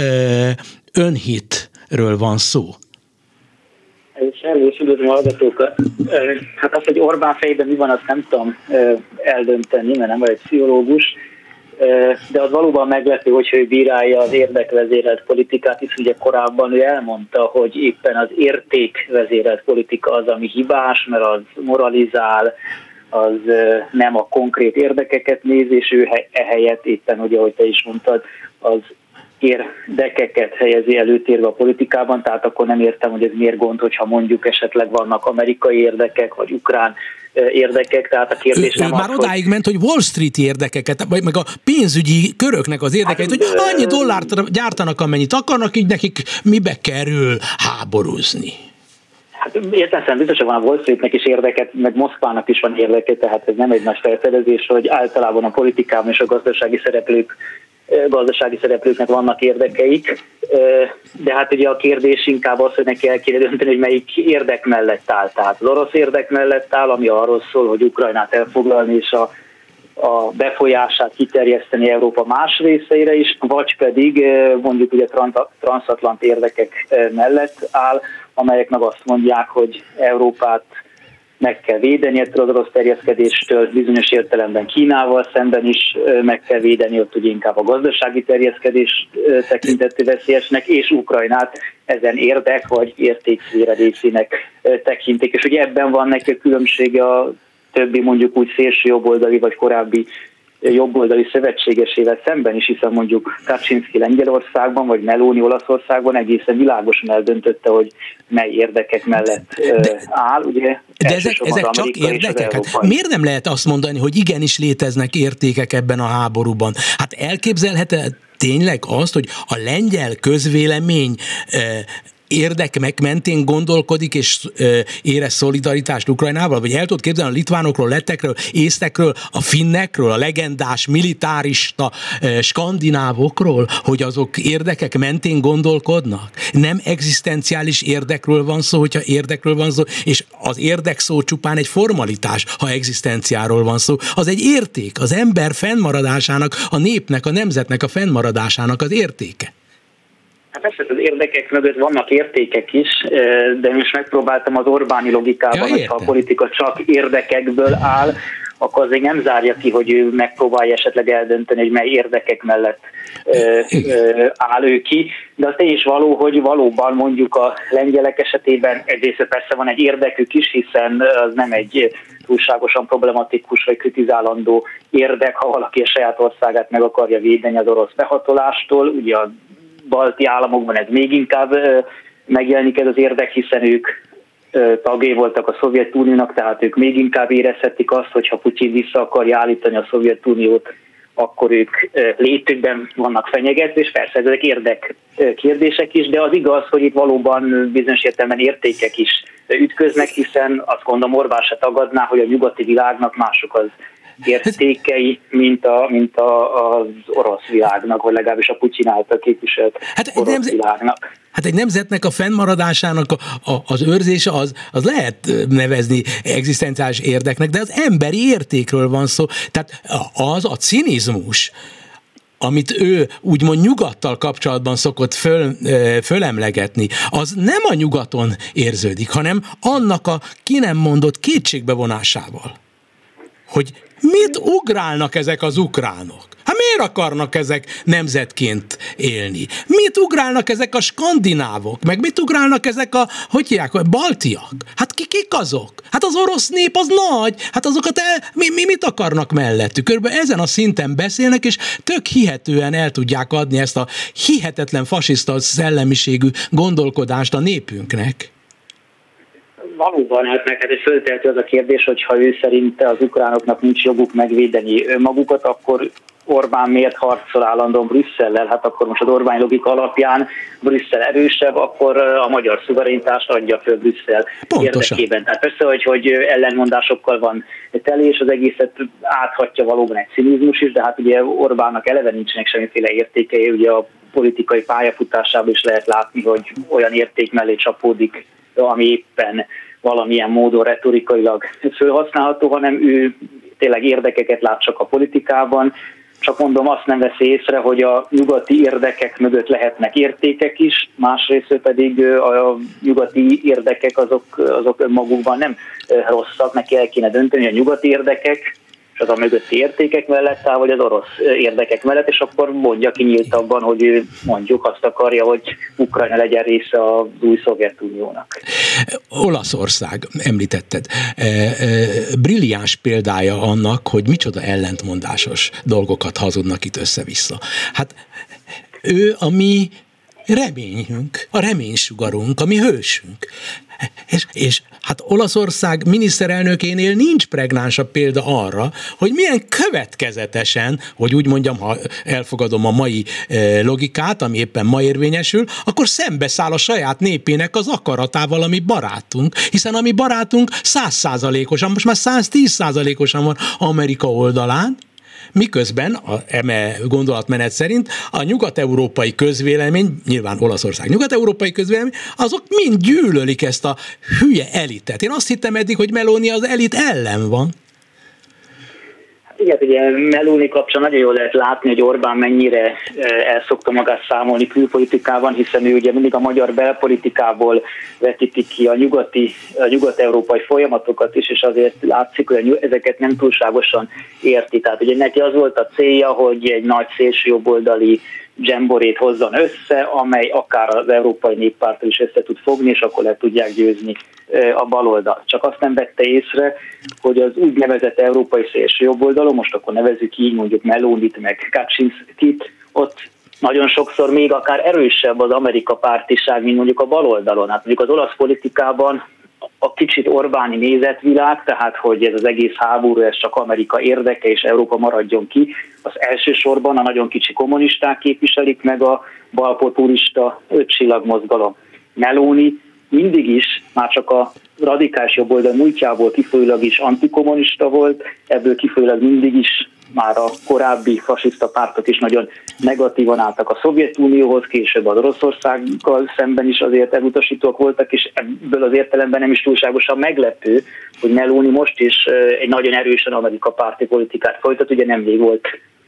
önhitről van szó. Szervusz, üdvözlöm a hallgatókat. Hát azt, hogy Orbán fejében mi van, azt nem tudom eldönteni, mert nem vagy egy pszichológus, de az valóban meglepő, hogyha ő bírálja az érdekvezérelt politikát, hisz ugye korábban ő elmondta, hogy éppen az értékvezérelt politika az, ami hibás, mert az moralizál, az nem a konkrét érdekeket néz, és ő ehelyett éppen, ugye, ahogy te is mondtad, az érdekeket helyezi előtérbe a politikában, tehát akkor nem értem, hogy ez miért gond, hogyha mondjuk esetleg vannak amerikai érdekek, vagy ukrán érdekek, tehát a kérdés ő, nem ő az, már odáig hogy... ment, hogy Wall Street-i érdekeket, vagy meg a pénzügyi köröknek az érdekeit, hát, hogy annyi dollárt gyártanak, amennyit akarnak, így nekik mibe kerül háborúzni. Hát értem, biztosan van a Wall Streetnek is érdeket, meg Moszkvának is van érdeke, tehát ez nem egy nagy felfedezés, hogy általában a politikában és a gazdasági szereplők gazdasági szereplőknek vannak érdekeik, de hát ugye a kérdés inkább az, hogy neki el kéne dönteni, hogy melyik érdek mellett áll. Tehát az orosz érdek mellett áll, ami arról szól, hogy Ukrajnát elfoglalni és a, a befolyását kiterjeszteni Európa más részeire is, vagy pedig mondjuk ugye transatlant érdekek mellett áll, amelyek meg azt mondják, hogy Európát meg kell védeni ettől az orosz terjeszkedéstől, bizonyos értelemben Kínával szemben is meg kell védeni, ott ugye inkább a gazdasági terjeszkedés tekintető veszélyesnek, és Ukrajnát ezen érdek vagy értékszféra részének tekintik. És ugye ebben van neki a különbsége a többi mondjuk úgy szélső jobboldali vagy korábbi jobboldali szövetségesével szemben is, hiszen mondjuk Kaczynszki Lengyelországban, vagy Meloni Olaszországban egészen világosan eldöntötte, hogy mely érdekek mellett de, áll. Ugye, de ezek, ezek csak érdekek? Hát miért nem lehet azt mondani, hogy igenis léteznek értékek ebben a háborúban? Hát elképzelhető tényleg azt, hogy a lengyel közvélemény érdek mentén gondolkodik és érez szolidaritást Ukrajnával? Vagy el tudod képzelni a litvánokról, lettekről, észtekről, a finnekről, a legendás militárista skandinávokról, hogy azok érdekek mentén gondolkodnak? Nem egzisztenciális érdekről van szó, hogyha érdekről van szó, és az érdek szó csupán egy formalitás, ha egzisztenciáról van szó. Az egy érték, az ember fennmaradásának, a népnek, a nemzetnek a fennmaradásának az értéke. Hát persze az érdekek mögött vannak értékek is, de most megpróbáltam az Orbáni logikában, ja, hogyha a politika csak érdekekből áll, akkor azért nem zárja ki, hogy ő megpróbálja esetleg eldönteni, hogy mely érdekek mellett áll ő ki. De az is való, hogy valóban mondjuk a lengyelek esetében egyrészt persze van egy érdekük is, hiszen az nem egy túlságosan problematikus vagy kritizálandó érdek, ha valaki a saját országát meg akarja védeni az orosz behatolástól. Ugye a balti államokban ez még inkább megjelenik ez az érdek, hiszen ők tagjai voltak a Szovjetuniónak, tehát ők még inkább érezhetik azt, hogyha Putyin vissza akarja állítani a Szovjetuniót, akkor ők létükben vannak fenyegetve, és persze ezek érdek kérdések is, de az igaz, hogy itt valóban bizonyos értelemben értékek is ütköznek, hiszen azt gondolom Orbán se tagadná, hogy a nyugati világnak mások az értékei, mint, a, mint a, az orosz világnak, vagy legalábbis a Putyin által képviselt hát orosz nemzet, világnak. Hát egy nemzetnek a fennmaradásának a, a, az őrzése az, az lehet nevezni egzisztenciális érdeknek, de az emberi értékről van szó. Tehát az a cinizmus, amit ő úgymond nyugattal kapcsolatban szokott föl, fölemlegetni, az nem a nyugaton érződik, hanem annak a ki nem mondott kétségbevonásával. Hogy mit ugrálnak ezek az ukránok? Hát miért akarnak ezek nemzetként élni? Mit ugrálnak ezek a skandinávok? Meg mit ugrálnak ezek a, hogy hívják, a baltiak? Hát ki, kik azok? Hát az orosz nép az nagy, hát azokat el, mi, mi mit akarnak mellettük? Körülbelül ezen a szinten beszélnek, és tök hihetően el tudják adni ezt a hihetetlen fasiszta szellemiségű gondolkodást a népünknek. Valóban, hát meg hát föltehető az a kérdés, hogy ha ő szerint az ukránoknak nincs joguk megvédeni önmagukat, akkor Orbán miért harcol állandóan Brüsszellel? Hát akkor most az Orbán logika alapján Brüsszel erősebb, akkor a magyar szuverenitást adja föl Brüsszel érdekében. Tehát persze, hogy, hogy ellenmondásokkal van teli, és az egészet áthatja valóban egy cinizmus is, de hát ugye Orbánnak eleve nincsenek semmiféle értékei, ugye a politikai pályafutásában is lehet látni, hogy olyan érték mellé csapódik, ami éppen valamilyen módon retorikailag felhasználható, hanem ő tényleg érdekeket lát csak a politikában. Csak mondom, azt nem veszi észre, hogy a nyugati érdekek mögött lehetnek értékek is, másrészt pedig a nyugati érdekek azok, azok önmagukban nem rosszak, neki el kéne dönteni a nyugati érdekek, és az a mögötti értékek mellett áll, vagy az orosz érdekek mellett, és akkor mondja ki nyíltabban, hogy ő mondjuk azt akarja, hogy Ukrajna legyen része az új Szovjetuniónak. Olaszország, említetted, e, e, brilliáns példája annak, hogy micsoda ellentmondásos dolgokat hazudnak itt össze-vissza. Hát ő a mi reményünk, a reménysugarunk, a mi hősünk. És, és hát Olaszország miniszterelnökénél nincs pregnánsabb példa arra, hogy milyen következetesen, hogy úgy mondjam, ha elfogadom a mai logikát, ami éppen ma érvényesül, akkor szembeszáll a saját népének az akaratával, ami barátunk, hiszen a mi barátunk száz százalékosan, most már száztíz százalékosan van Amerika oldalán, miközben a eme gondolatmenet szerint a nyugat-európai közvélemény, nyilván Olaszország nyugat-európai közvélemény, azok mind gyűlölik ezt a hülye elitet. Én azt hittem eddig, hogy Meloni az elit ellen van. Igen, ugye Meloni kapcsán nagyon jól lehet látni, hogy Orbán mennyire el szokta magát számolni külpolitikában, hiszen ő ugye mindig a magyar belpolitikából vetítik ki a nyugati, a nyugat-európai folyamatokat is, és azért látszik, hogy ezeket nem túlságosan érti. Tehát ugye neki az volt a célja, hogy egy nagy szélsőjobboldali dzsemborét hozzon össze, amely akár az Európai Néppárttal is össze tud fogni, és akkor le tudják győzni a baloldal. Csak azt nem vette észre, hogy az úgynevezett európai szélső jobboldalon, most akkor nevezzük így mondjuk Melonit, meg Kaczynszkit, ott nagyon sokszor még akár erősebb az Amerika pártiság, mint mondjuk a baloldalon. Hát mondjuk az olasz politikában a kicsit Orbáni nézetvilág, tehát hogy ez az egész háború, ez csak Amerika érdeke, és Európa maradjon ki, az elsősorban a nagyon kicsi kommunisták képviselik meg a balpopulista ötcsillag mozgalom. Meloni mindig is, már csak a radikális jobboldal múltjából kifolyólag is antikommunista volt, ebből kifolyólag mindig is már a korábbi fasiszta pártok is nagyon negatívan álltak a Szovjetunióhoz, később az Oroszországgal szemben is azért elutasítók voltak, és ebből az értelemben nem is túlságosan meglepő, hogy Meloni most is egy nagyon erősen Amerika párti politikát folytat, ugye nemrég volt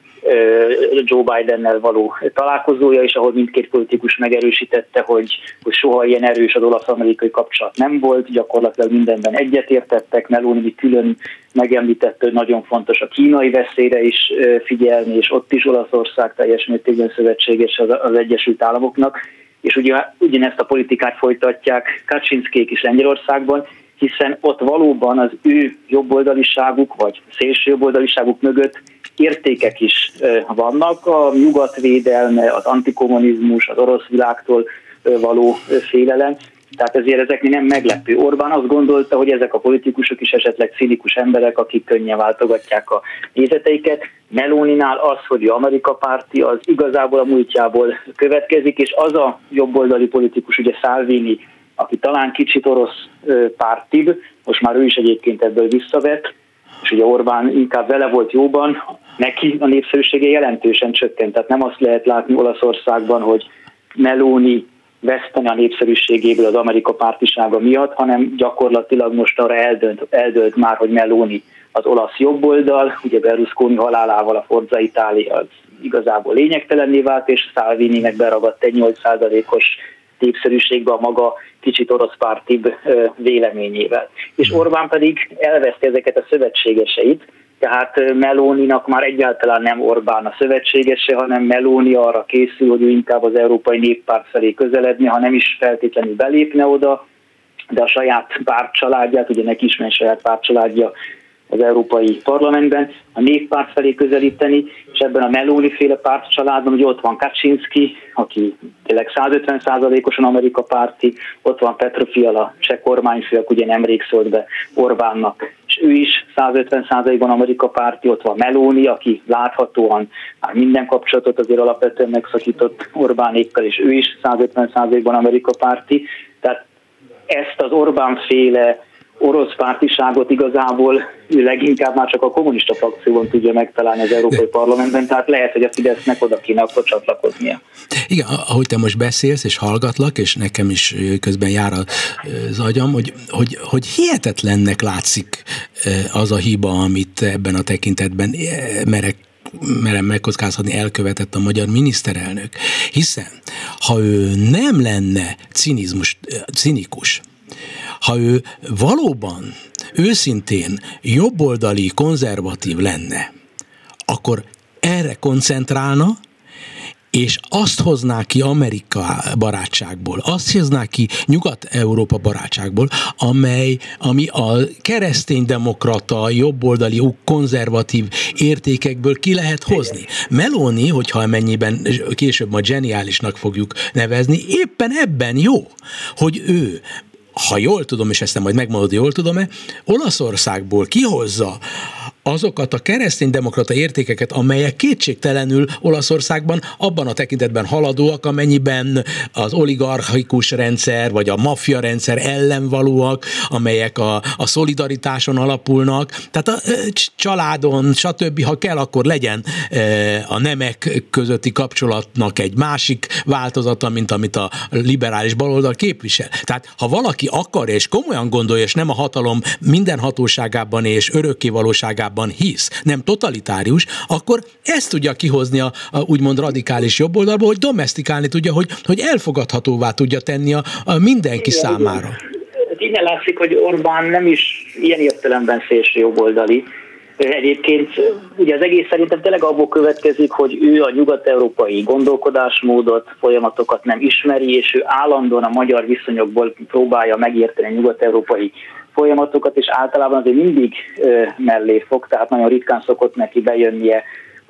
Joe Bidennel való találkozója, és ahol mindkét politikus megerősítette, hogy, hogy soha ilyen erős az olasz-amerikai kapcsolat nem volt, gyakorlatilag mindenben egyetértettek. Meloni külön megemlítette, hogy nagyon fontos a kínai veszélyre is figyelni, és ott is Olaszország teljes mértékben szövetséges az, az Egyesült Államoknak, és ugye ugyanezt a politikát folytatják Kaczynszkék is Lengyelországban, hiszen ott valóban az ő jobboldaliságuk, vagy szélső jobboldaliságuk mögött értékek is vannak, a nyugatvédelme, az antikommunizmus, az orosz világtól való félelem, tehát ezért ezeknél nem meglepő. Orbán azt gondolta, hogy ezek a politikusok is esetleg cinikus emberek, akik könnyen váltogatják a nézeteiket. Meloninál az, hogy ő Amerika párti, az igazából a múltjából következik, és az a jobboldali politikus, ugye Salvini, aki talán kicsit orosz pártibb, most már ő is egyébként ebből visszavett, és ugye Orbán inkább vele volt jóban, neki a népszerűsége jelentősen csökkent. Tehát nem azt lehet látni Olaszországban, hogy Meloni veszteni a népszerűségéből az Amerika pártisága miatt, hanem gyakorlatilag most arra eldönt, eldölt már, hogy Meloni az olasz jobboldal, ugye Berlusconi halálával a Forza Italia az igazából lényegtelenné vált, és Salvininek beragadt egy nyolc százalékos népszerűségbe a maga kicsit orosz pártibb véleményével. És Orbán pedig elveszti ezeket a szövetségeseit, tehát Meloninak már egyáltalán nem Orbán a szövetségese, hanem Meloni arra készül, hogy ő inkább az Európai Néppárt felé közeledni, ha nem is feltétlenül belépne oda, de a saját pártcsaládját, ugye neki is van saját pártcsaládja az Európai Parlamentben, a Néppárt felé közelíteni, és ebben a Meloni-féle pártcsaládban, ugye ott van Kaczynszki, aki tényleg százötven százalékosan Amerika párti, ott van Petro Fiala, cseh kormányfő, aki ugye nemrég szólt be Orbánnak, és ő is százötven százalékban Amerika párti, ott van Meloni, aki láthatóan már minden kapcsolatot azért alapvetően megszakított Orbánékkal, és ő is százötven százalékban Amerika párti, tehát ezt az Orbán-féle orosz pártiságot igazából ő leginkább már csak a kommunista frakcióban tudja megtalálni az Európai Parlamentben, tehát lehet, hogy a Fidesznek oda kéne akkor csatlakoznia. Igen, ahogy te most beszélsz és hallgatlak, és nekem is közben jár az agyam, hogy, hogy, hogy hihetetlennek látszik az a hiba, amit ebben a tekintetben merek merem megkockázhatni, elkövetett a magyar miniszterelnök. Hiszen, ha ő nem lenne cinizmus, cinikus, ha ő valóban őszintén jobboldali, konzervatív lenne, akkor erre koncentrálna, és azt hozná ki Amerika barátságból, azt hozná ki Nyugat-Európa barátságból, amely, ami a kereszténydemokrata, jobboldali, konzervatív értékekből ki lehet hozni. Meloni, hogyha amennyiben később majd zseniálisnak fogjuk nevezni, éppen ebben jó, hogy ő, ha jól tudom, és ezt nem majd megmondod, jól tudom-e, Olaszországból kihozza azokat a kereszténydemokrata értékeket, amelyek kétségtelenül Olaszországban abban a tekintetben haladóak, amennyiben az oligarchikus rendszer, vagy a maffia rendszer ellen valóak, amelyek a, a szolidaritáson alapulnak, tehát a családon, stb. Ha kell, akkor legyen a nemek közötti kapcsolatnak egy másik változata, mint amit a liberális baloldal képvisel. Tehát ha valaki akarja és komolyan gondolja, és nem a hatalom minden hatóságában és örökkévalóságában hisz, nem totalitárius, akkor ezt tudja kihozni a, a úgymond radikális jobboldalból, hogy domesztikálni tudja, hogy, hogy elfogadhatóvá tudja tenni a, a mindenki igen, számára. Igen. Innen látszik, hogy Orbán nem is ilyen értelemben szélső jobboldali, Egyébként ugye az egész szerintem tényleg abból következik, hogy ő a nyugat-európai gondolkodásmódot, folyamatokat nem ismeri, és ő állandóan a magyar viszonyokból próbálja megérteni a nyugat-európai folyamatokat, és általában azért mindig mellé fog, tehát nagyon ritkán szokott neki bejönnie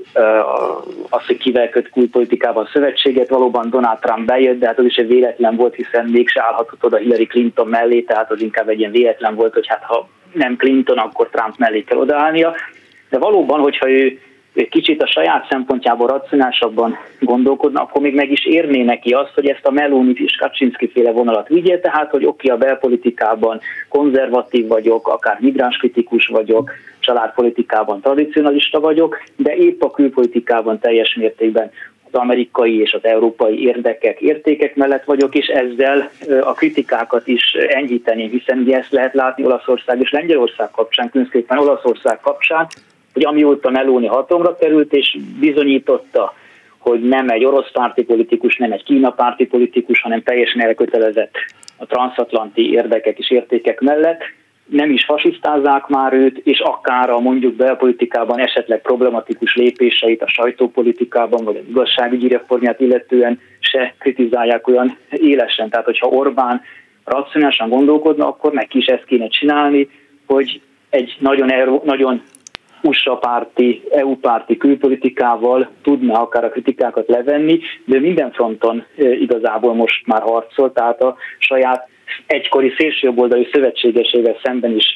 az, hogy kivel köt külpolitikában szövetséget. Valóban Donald Trump bejött, de hát az is egy véletlen volt, hiszen mégse állhatott oda Hillary Clinton mellé, tehát az inkább egy ilyen véletlen volt, hogy hát ha nem Clinton, akkor Trump mellé kell odaállnia. De valóban, hogyha ő egy kicsit a saját szempontjából racionálisabban gondolkodna, akkor még meg is érné neki azt, hogy ezt a Meloni és Kaczynszki féle vonalat vigye, tehát, hogy oké, a belpolitikában konzervatív vagyok, akár migránskritikus vagyok, családpolitikában tradicionalista vagyok, de épp a külpolitikában teljes mértékben az amerikai és az európai érdekek, értékek mellett vagyok, és ezzel a kritikákat is enyhíteni, hiszen ugye ezt lehet látni Olaszország és Lengyelország kapcsán, különösképpen Olaszország kapcsán, hogy amióta Meloni hatalomra került, és bizonyította, hogy nem egy orosz párti politikus, nem egy Kína párti politikus, hanem teljesen elkötelezett a transatlanti érdekek és értékek mellett, nem is fasisztázzák már őt, és akár a mondjuk belpolitikában esetleg problematikus lépéseit a sajtópolitikában, vagy az igazságügyi reformját illetően se kritizálják olyan élesen. Tehát, hogyha Orbán racionálisan gondolkodna, akkor neki is ezt kéne csinálni, hogy egy nagyon, nagyon u es á párti, é u-párti külpolitikával tudna akár a kritikákat levenni, de minden fronton igazából most már harcol, tehát a saját egykori szélsőjobboldali szövetségesével szemben is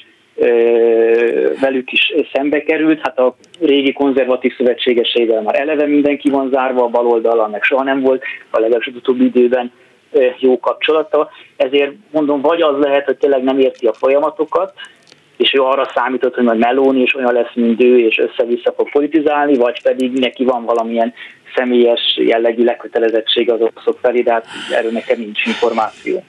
velük is szembe került. Hát a régi konzervatív szövetségesével már eleve mindenki van zárva, a baloldallal meg soha nem volt, a legalábbis az utóbbi időben jó kapcsolata. Ezért mondom, vagy az lehet, hogy tényleg nem érti a folyamatokat, és ő arra számított, hogy majd Meloni és olyan lesz, mint ő, és össze-vissza fog politizálni, vagy pedig neki van valamilyen személyes jellegű lekötelezettség az oroszok felé, de hát erről nekem nincs információ.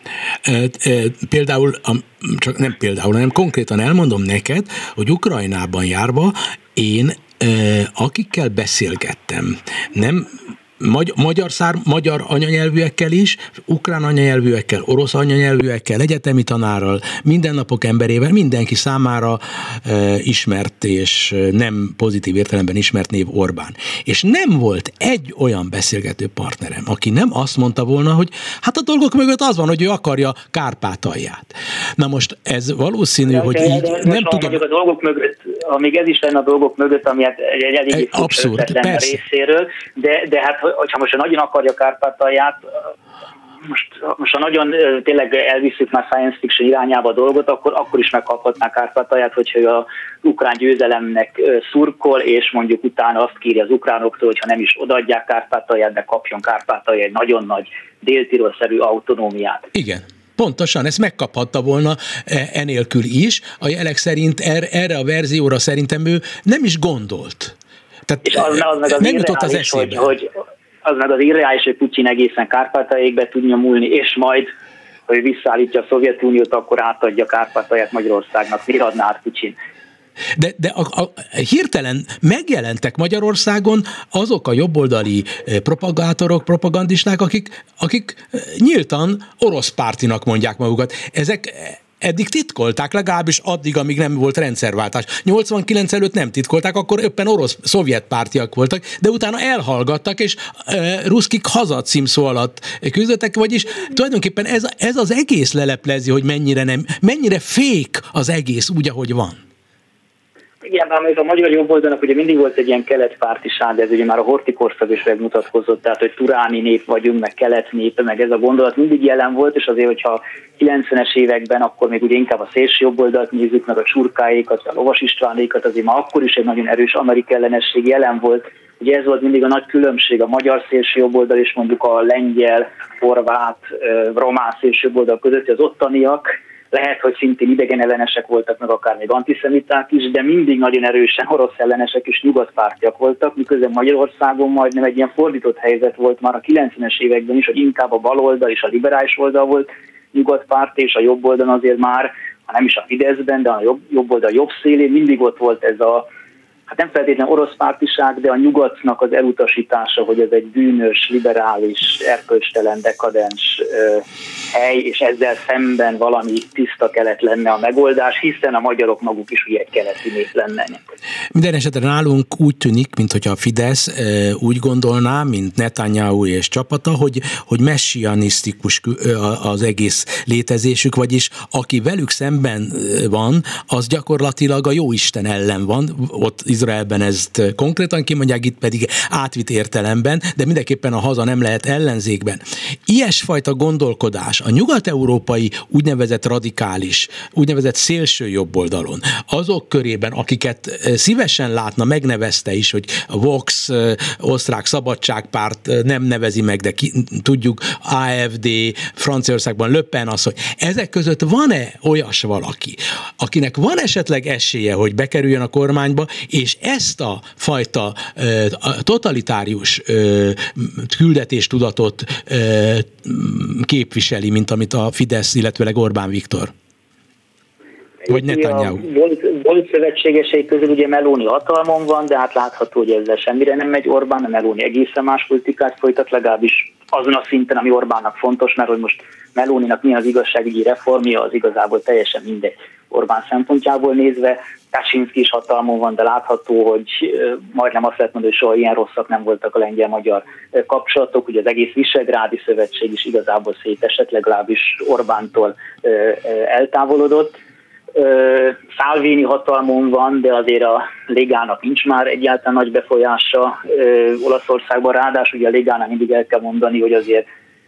Például, csak nem például, hanem konkrétan elmondom neked, hogy Ukrajnában járva én, akikkel beszélgettem, nem Magy- magyar, szár, magyar anyanyelvűekkel is, ukrán anyanyelvűekkel, orosz anyanyelvűekkel, egyetemi tanárral, mindennapok emberével, mindenki számára e, ismert és nem pozitív értelemben ismert név Orbán. És nem volt egy olyan beszélgető partnerem, aki nem azt mondta volna, hogy hát a dolgok mögött az van, hogy ő akarja Kárpátalját. Na most ez valószínű, de, hogy de, így de, nem tudom... A dolgok mögött, amíg ez is lenne a dolgok mögött, ami hát egy elég abszurd, részéről, de, de hát hogyha most nagyon akarja Kárpátalját, most, most ha nagyon tényleg elviszük már science fiction irányába a dolgot, akkor, akkor is megkaphatná Kárpátalját, hogyha ő az ukrán győzelemnek szurkol, és mondjuk utána azt kéri az ukránoktól, hogyha nem is odaadják Kárpátalját, de kapjon Kárpátalja egy nagyon nagy Dél-Tirol-szerű autonómiát. Igen. Pontosan, ezt megkaphatta volna enélkül is. A jelek szerint erre a verzióra szerintem ő nem is gondolt. Tehát és az, az meg az nem jutott az eszébe. Hogy, hogy az meg az irreális, hogy Putyin egészen Kárpátaljéig be tud nyomulni, és majd, hogy visszaállítja a Szovjetuniót, akkor átadja Kárpátalját Magyarországnak. Miért adná át Putyin? De, de a, a, hirtelen megjelentek Magyarországon azok a jobboldali propagátorok, propagandisták, akik, akik nyíltan orosz pártinak mondják magukat. Ezek eddig titkolták, legalábbis addig, amíg nem volt rendszerváltás. nyolcvankilenc előtt nem titkolták, akkor éppen orosz-szovjet pártiak voltak, de utána elhallgattak, és e, ruszkik haza címszó alatt küzdöttek, vagyis tulajdonképpen ez, ez az egész leleplezi, hogy mennyire nem, mennyire fék az egész úgy, ahogy van. Igen, ám a magyar jobboldalnak ugye mindig volt egy ilyen keletpártiság, de ez ugye már a Horthy korszak is megmutatkozott, tehát hogy turáni nép vagyunk, meg kelet nép, meg ez a gondolat mindig jelen volt, és azért, hogyha kilencvenes években, akkor még ugye inkább a szélső jobboldalt nézzük, meg a Csurkáékat, a Lovas Istvánékat, azért már akkor is egy nagyon erős amerikai ellenesség jelen volt. Ugye ez volt mindig a nagy különbség, a magyar szélső jobboldal és mondjuk a lengyel, horvát, román szélső jobboldal között, az ottaniak lehet, hogy szintén idegen ellenesek voltak, meg akár még antiszemiták is, de mindig nagyon erősen orosz ellenesek és nyugatpártiak voltak, miközben Magyarországon majdnem egy ilyen fordított helyzet volt már a kilencvenes években is, hogy inkább a baloldal és a liberális oldal volt nyugatpárti, és a jobb oldalon azért már, ha nem is a Fideszben, de a jobb, jobb oldal jobb szélén mindig ott volt ez a, hát nem feltétlenül orosz pártiság, de a nyugatnak az elutasítása, hogy ez egy bűnös, liberális, erkölcstelen, dekadens hely, és ezzel szemben valami tiszta kelet lenne a megoldás, hiszen a magyarok maguk is ugye egy keleti nép lennének. Minden esetre nálunk úgy tűnik, mintha a Fidesz úgy gondolná, mint Netanyahu és csapata, hogy, hogy messianisztikus az egész létezésük, vagyis aki velük szemben van, az gyakorlatilag a jóisten ellen van, ott Izraelben ezt konkrétan kimondják, itt pedig átvitt értelemben, de mindenképpen a haza nem lehet ellenzékben. Ilyesfajta gondolkodás a nyugat-európai úgynevezett radikális, úgynevezett szélső jobboldalon, azok körében, akiket szívesen látna, megnevezte is, hogy a Vox, osztrák szabadságpárt nem nevezi meg, de ki, tudjuk, á ef dé, Franciaországban Le Pen az, hogy ezek között van-e olyas valaki, akinek van esetleg esélye, hogy bekerüljön a kormányba, és ezt a fajta a totalitárius küldetéstudatot képviseli, mint amit a Fidesz, illetőleg Orbán Viktor? Vagy Netanyahu? A volt szövetségesei közül ugye Meloni hatalmon van, de hát látható, hogy ezzel semmire nem megy Orbán, a Meloni egészen más politikát folytat, legalábbis azon a szinten, ami Orbánnak fontos, mert hogy most Meloninak milyen az igazságügyi reformja, az igazából teljesen mindegy Orbán szempontjából nézve. Kaczynszki is hatalmon van, de látható, hogy majdnem azt lehet mondani, hogy soha ilyen rosszak nem voltak a lengyel-magyar kapcsolatok. Ugye az egész Visegrádi Szövetség is igazából szétesett, legalábbis Orbántól eltávolodott. Salvini hatalmon van, de azért a Légának nincs már egyáltalán nagy befolyása Olaszországban. Ráadásul ugye a Légánál mindig el kell mondani, hogy azért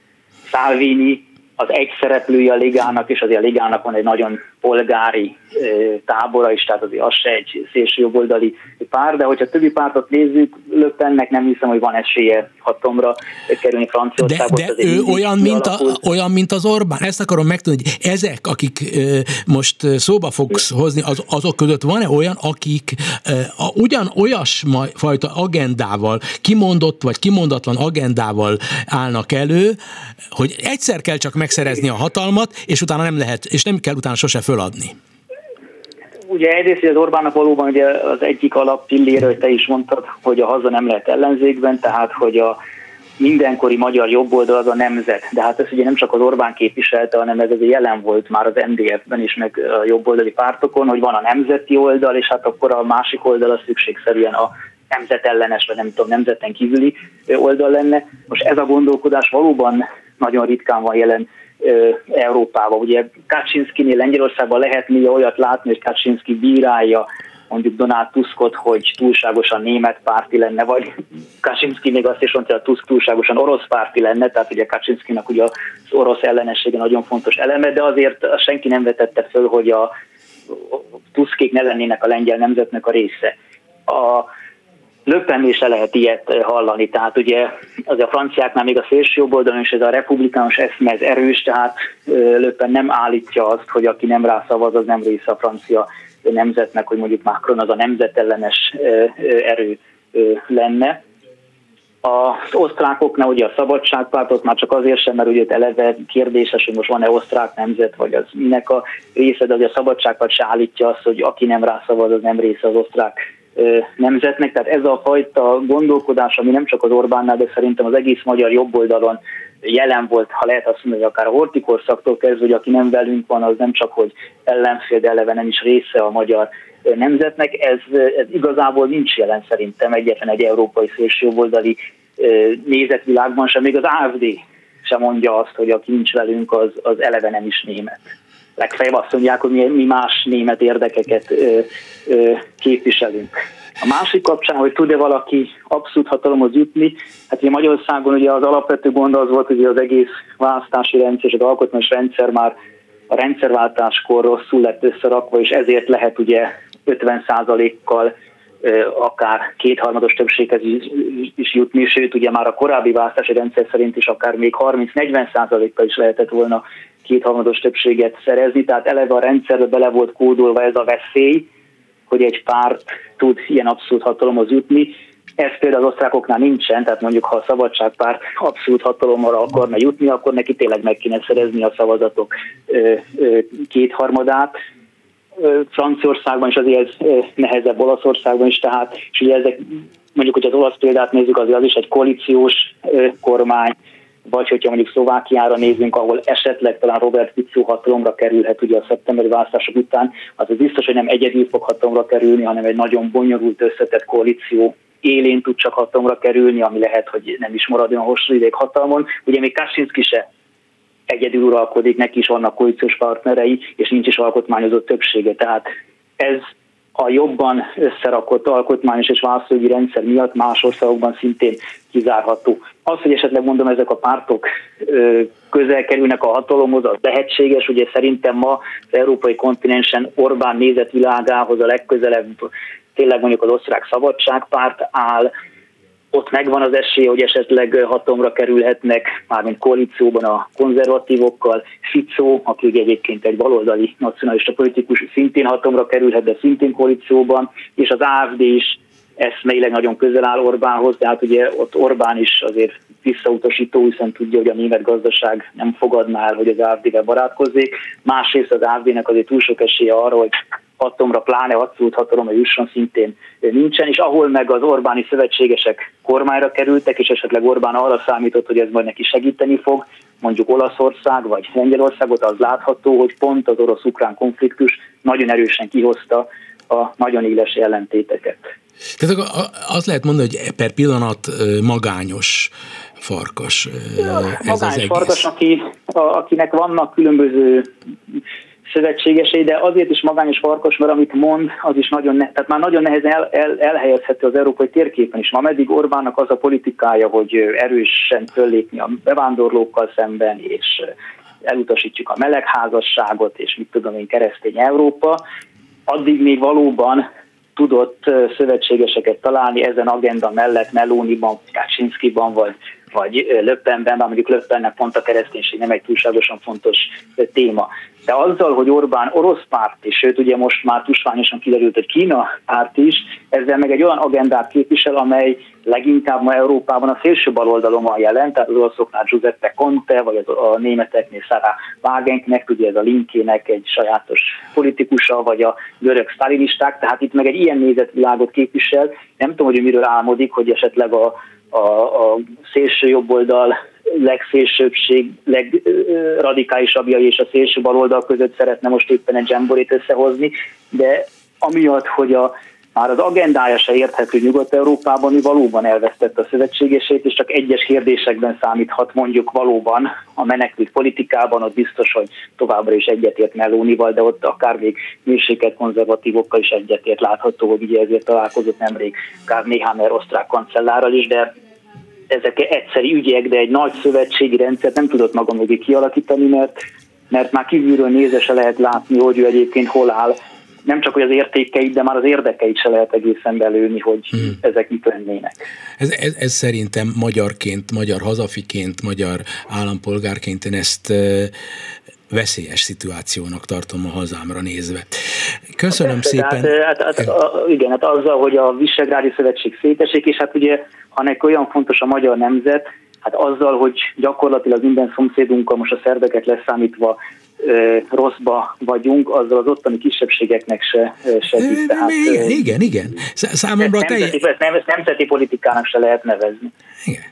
Salvini az egy szereplője a Ligának, és azért a Ligának van egy nagyon polgári tábora is, tehát azért az se egy szélsőjobboldali pár, de hogyha többi pártot nézzük, Le Pennek nem hiszem, hogy van esélye hatalomra kerülni Franciaországba. De, de ő olyan mint, a, olyan, mint az Orbán. Ezt akarom megtudni, hogy ezek, akik most szóba fogsz hozni, az, azok között van-e olyan, akik ugyan olyas fajta agendával, kimondott vagy kimondatlan agendával állnak elő, hogy egyszer kell csak megszerezni a hatalmat, és utána nem lehet, és nem kell utána sose föladni. Ugye egyrészt az Orbánnak valóban ugye az egyik alappillére, hogy te is mondtad, hogy a haza nem lehet ellenzékben, tehát hogy a mindenkori magyar jobboldal az a nemzet. De hát ez ugye nem csak az Orbán képviselte, hanem ez azért jelen volt már az en dé ef-ben is, meg a jobboldali pártokon, hogy van a nemzeti oldal, és hát akkor a másik oldal az szükségszerűen a nemzetellenes, vagy nem tudom, nemzeten kívüli oldal lenne. Most ez a gondolkodás valóban nagyon ritkán van jelen Európában. Ugye Kaczynszkinél Lengyelországban lehet néha olyat látni, hogy Kaczynszki bírálja mondjuk Donald Tuskot, hogy túlságosan német párti lenne, vagy Kaczynszki még azt is mondta, hogy Tusk túlságosan orosz párti lenne, tehát ugye Kaczynszkinak ugye az orosz ellenessége nagyon fontos eleme, de azért senki nem vetette föl, hogy a Tuskék ne lennének a lengyel nemzetnek a része. A Le Pennél se lehet ilyet hallani, tehát ugye az a franciáknál még a szélső jobboldalon is ez a republikánus eszme ez erős, tehát Le Pen nem állítja azt, hogy aki nem rászavaz, az nem része a francia nemzetnek, hogy mondjuk Macron az a nemzetellenes erő lenne. Az osztrákoknál ugye a szabadságpártot már csak azért sem, mert ugye eleve kérdéses, hogy most van-e osztrák nemzet, vagy az minek a része, de ugye a szabadságpárt se állítja azt, hogy aki nem rászavaz, az nem része az osztrák nemzetnek, tehát ez a fajta gondolkodás, ami nem csak az Orbánnál, de szerintem az egész magyar jobboldalon jelen volt, ha lehet azt mondani, hogy akár a Horthy korszaktól kezdve, hogy aki nem velünk van, az nem csak, hogy ellenfél, de eleve nem is része a magyar nemzetnek. Ez, ez igazából nincs jelen szerintem egyetlen egy európai szélsőjobboldali nézetvilágban sem, még az á ef dé sem mondja azt, hogy aki nincs velünk, az, az eleve nem is német. Legfeljebb azt mondják, hogy mi más német érdekeket ö, ö, képviselünk. A másik kapcsán, hogy tud-e valaki abszolút hatalomhoz jutni, hát ugye Magyarországon ugye az alapvető gond az volt, hogy az egész választási rendszer és az alkotmányos rendszer már a rendszerváltáskor rosszul lett összerakva, és ezért lehet ugye ötven százalékkal akár kétharmados többséghez is jutni, sőt ugye már a korábbi választási rendszer szerint is akár még harminc-negyven százalékkal is lehetett volna kétharmados többséget szerezni, tehát eleve a rendszerbe bele volt kódolva ez a veszély, hogy egy párt tud ilyen abszolút hatalomhoz jutni. Ez például az osztrákoknál nincsen, tehát mondjuk ha a szabadságpárt abszolút hatalomra akarna jutni, akkor neki tényleg meg kéne szerezni a szavazatok kétharmadát. Franciaországban is azért ez nehezebb, Olaszországban is, tehát és ugye ezek, mondjuk, hogy az olasz példát nézzük, azért az is egy koalíciós kormány, vagy hogyha mondjuk Szlovákiára nézünk, ahol esetleg talán Robert Fico hatalomra kerülhet ugye a szeptemberi választások után, az biztos, hogy nem egyedül fog hatalomra kerülni, hanem egy nagyon bonyolult összetett koalíció élén tud csak hatalomra kerülni, ami lehet, hogy nem is marad olyan hosszú ideig hatalmon. Ugye még Kaczynszki se egyedül uralkodik, neki is vannak koalíciós partnerei, és nincs is alkotmányozott többsége. Tehát ez a jobban összerakott alkotmányos és választójogi rendszer miatt más országokban szintén kizárható. Az, hogy esetleg mondom, ezek a pártok közel kerülnek a hatalomhoz, az lehetséges. Ugye szerintem ma az európai kontinensen Orbán nézetvilágához a legközelebb tényleg mondjuk az osztrák szabadságpárt áll, ott megvan az esélye, hogy esetleg hatalomra kerülhetnek, mármint koalícióban a konzervatívokkal. Fico, aki egyébként egy baloldali nacionalista politikus, szintén hatalomra kerülhet, de szintén koalícióban, és az á ef dé is eszmeileg nagyon közel áll Orbánhoz, tehát ugye ott Orbán is azért visszautasító, hiszen tudja, hogy a német gazdaság nem fogadná el, hogy az á ef dé-vel barátkozzék. Másrészt az á ef dé-nek azért túl sok esélye arra, hogy hatalomra, pláne abszolút hatalomra jusson, szintén nincsen, és ahol meg az Orbáni szövetségesek kormányra kerültek, és esetleg Orbán arra számított, hogy ez majd neki segíteni fog, mondjuk Olaszország vagy Lengyelországot, az látható, hogy pont az orosz-ukrán konfliktus nagyon erősen kihozta a nagyon éles ellentéteket. Tehát azt lehet mondani, hogy per pillanat magányos farkas ez magányos az egész. Farkas, aki, a, akinek vannak különböző szövetségesei, de azért is magányos farkas, mert amit mond, az is nagyon, ne, tehát már nagyon nehezen el, el, elhelyezhető az európai térképen is. Ma meddig Orbánnak az a politikája, hogy erősen föllépni a bevándorlókkal szemben, és elutasítjuk a melegházasságot, és mit tudom én, keresztény Európa, addig még valóban tudott szövetségeseket találni ezen agenda mellett Meloniban, Kaczynszkiban, vagy, vagy Le Penben, bár mondjuk Le Pennek pont a kereszténység nem egy túlságosan fontos téma. De azzal, hogy Orbán orosz párt, és sőt ugye most már tusványosan kiderült, hogy Kína párt is, ezzel meg egy olyan agendát képvisel, amely leginkább ma Európában a szélső baloldalon van jelen, tehát az oroszoknál Giuseppe Conte, vagy a németeknél Sarah Wagenknecht, ugye ez a Linkének egy sajátos politikusa, vagy a görög sztálinisták, tehát itt meg egy ilyen nézetvilágot képvisel. Nem tudom, hogy miről álmodik, hogy esetleg a, a, a szélső jobboldal legszélsőbbség, legradikálisabbjai és a szélső baloldal között szeretne most éppen egy dzsemborét összehozni, de amiatt, hogy a, már az agendája se érthető Nyugat-Európában, ő valóban elvesztette a szövetségesét, és csak egyes kérdésekben számíthat mondjuk valóban a menekült politikában, ott biztos, hogy továbbra is egyetért Melonival, de ott akár még mérsékelt konzervatívokkal is egyetért, látható, hogy ugye ezért találkozott nemrég Karl Nehammer osztrák kancellárral is, de ezek egyszeri ügyek, de egy nagy szövetségi rendszert nem tudott maga mögé kialakítani, mert, mert már kívülről nézve se lehet látni, hogy ő egyébként hol áll. Nem csak hogy az értékeit, de már az érdekeit se lehet egészen belőni, hogy hmm. ezek mit lennének. Ez, ez, ez szerintem magyarként, magyar hazafiként, magyar állampolgárként én ezt e, veszélyes szituációnak tartom a hazámra nézve. Köszönöm hát, szépen. Hát, hát, hát, a, igen, hát azzal, hogy a Visegrádi Szövetség szétesik, és hát ugye, ha neki olyan fontos a magyar nemzet, hát azzal, hogy gyakorlatilag minden szomszédunkkal, most a szerbeket leszámítva, rosszba vagyunk, azzal az ottani kisebbségeknek se segít. Tehát, igen, igen, igen. Számomra ezt nemzeti, telj... nem, ezt nemzeti politikának se lehet nevezni. Igen.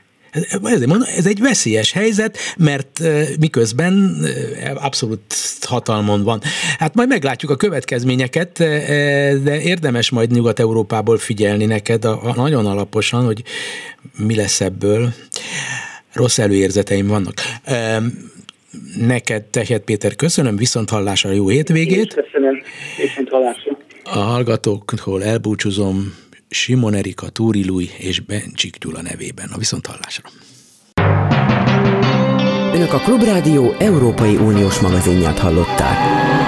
Ez egy veszélyes helyzet, mert miközben abszolút hatalmon van. Hát majd meglátjuk a következményeket, de érdemes majd Nyugat-Európából figyelni neked a, a nagyon alaposan, hogy mi lesz ebből. Rossz előérzeteim vannak. Neked, Tehet Péter, köszönöm, viszont hallásra, jó hétvégét. Én köszönöm, viszont hallásra. A hallgatóktól elbúcsúzom Simon Erika, Túri Lui és Bencsik Gyula nevében. A viszonthallásra. Önök a Klubrádió Európai Uniós magazinját hallották.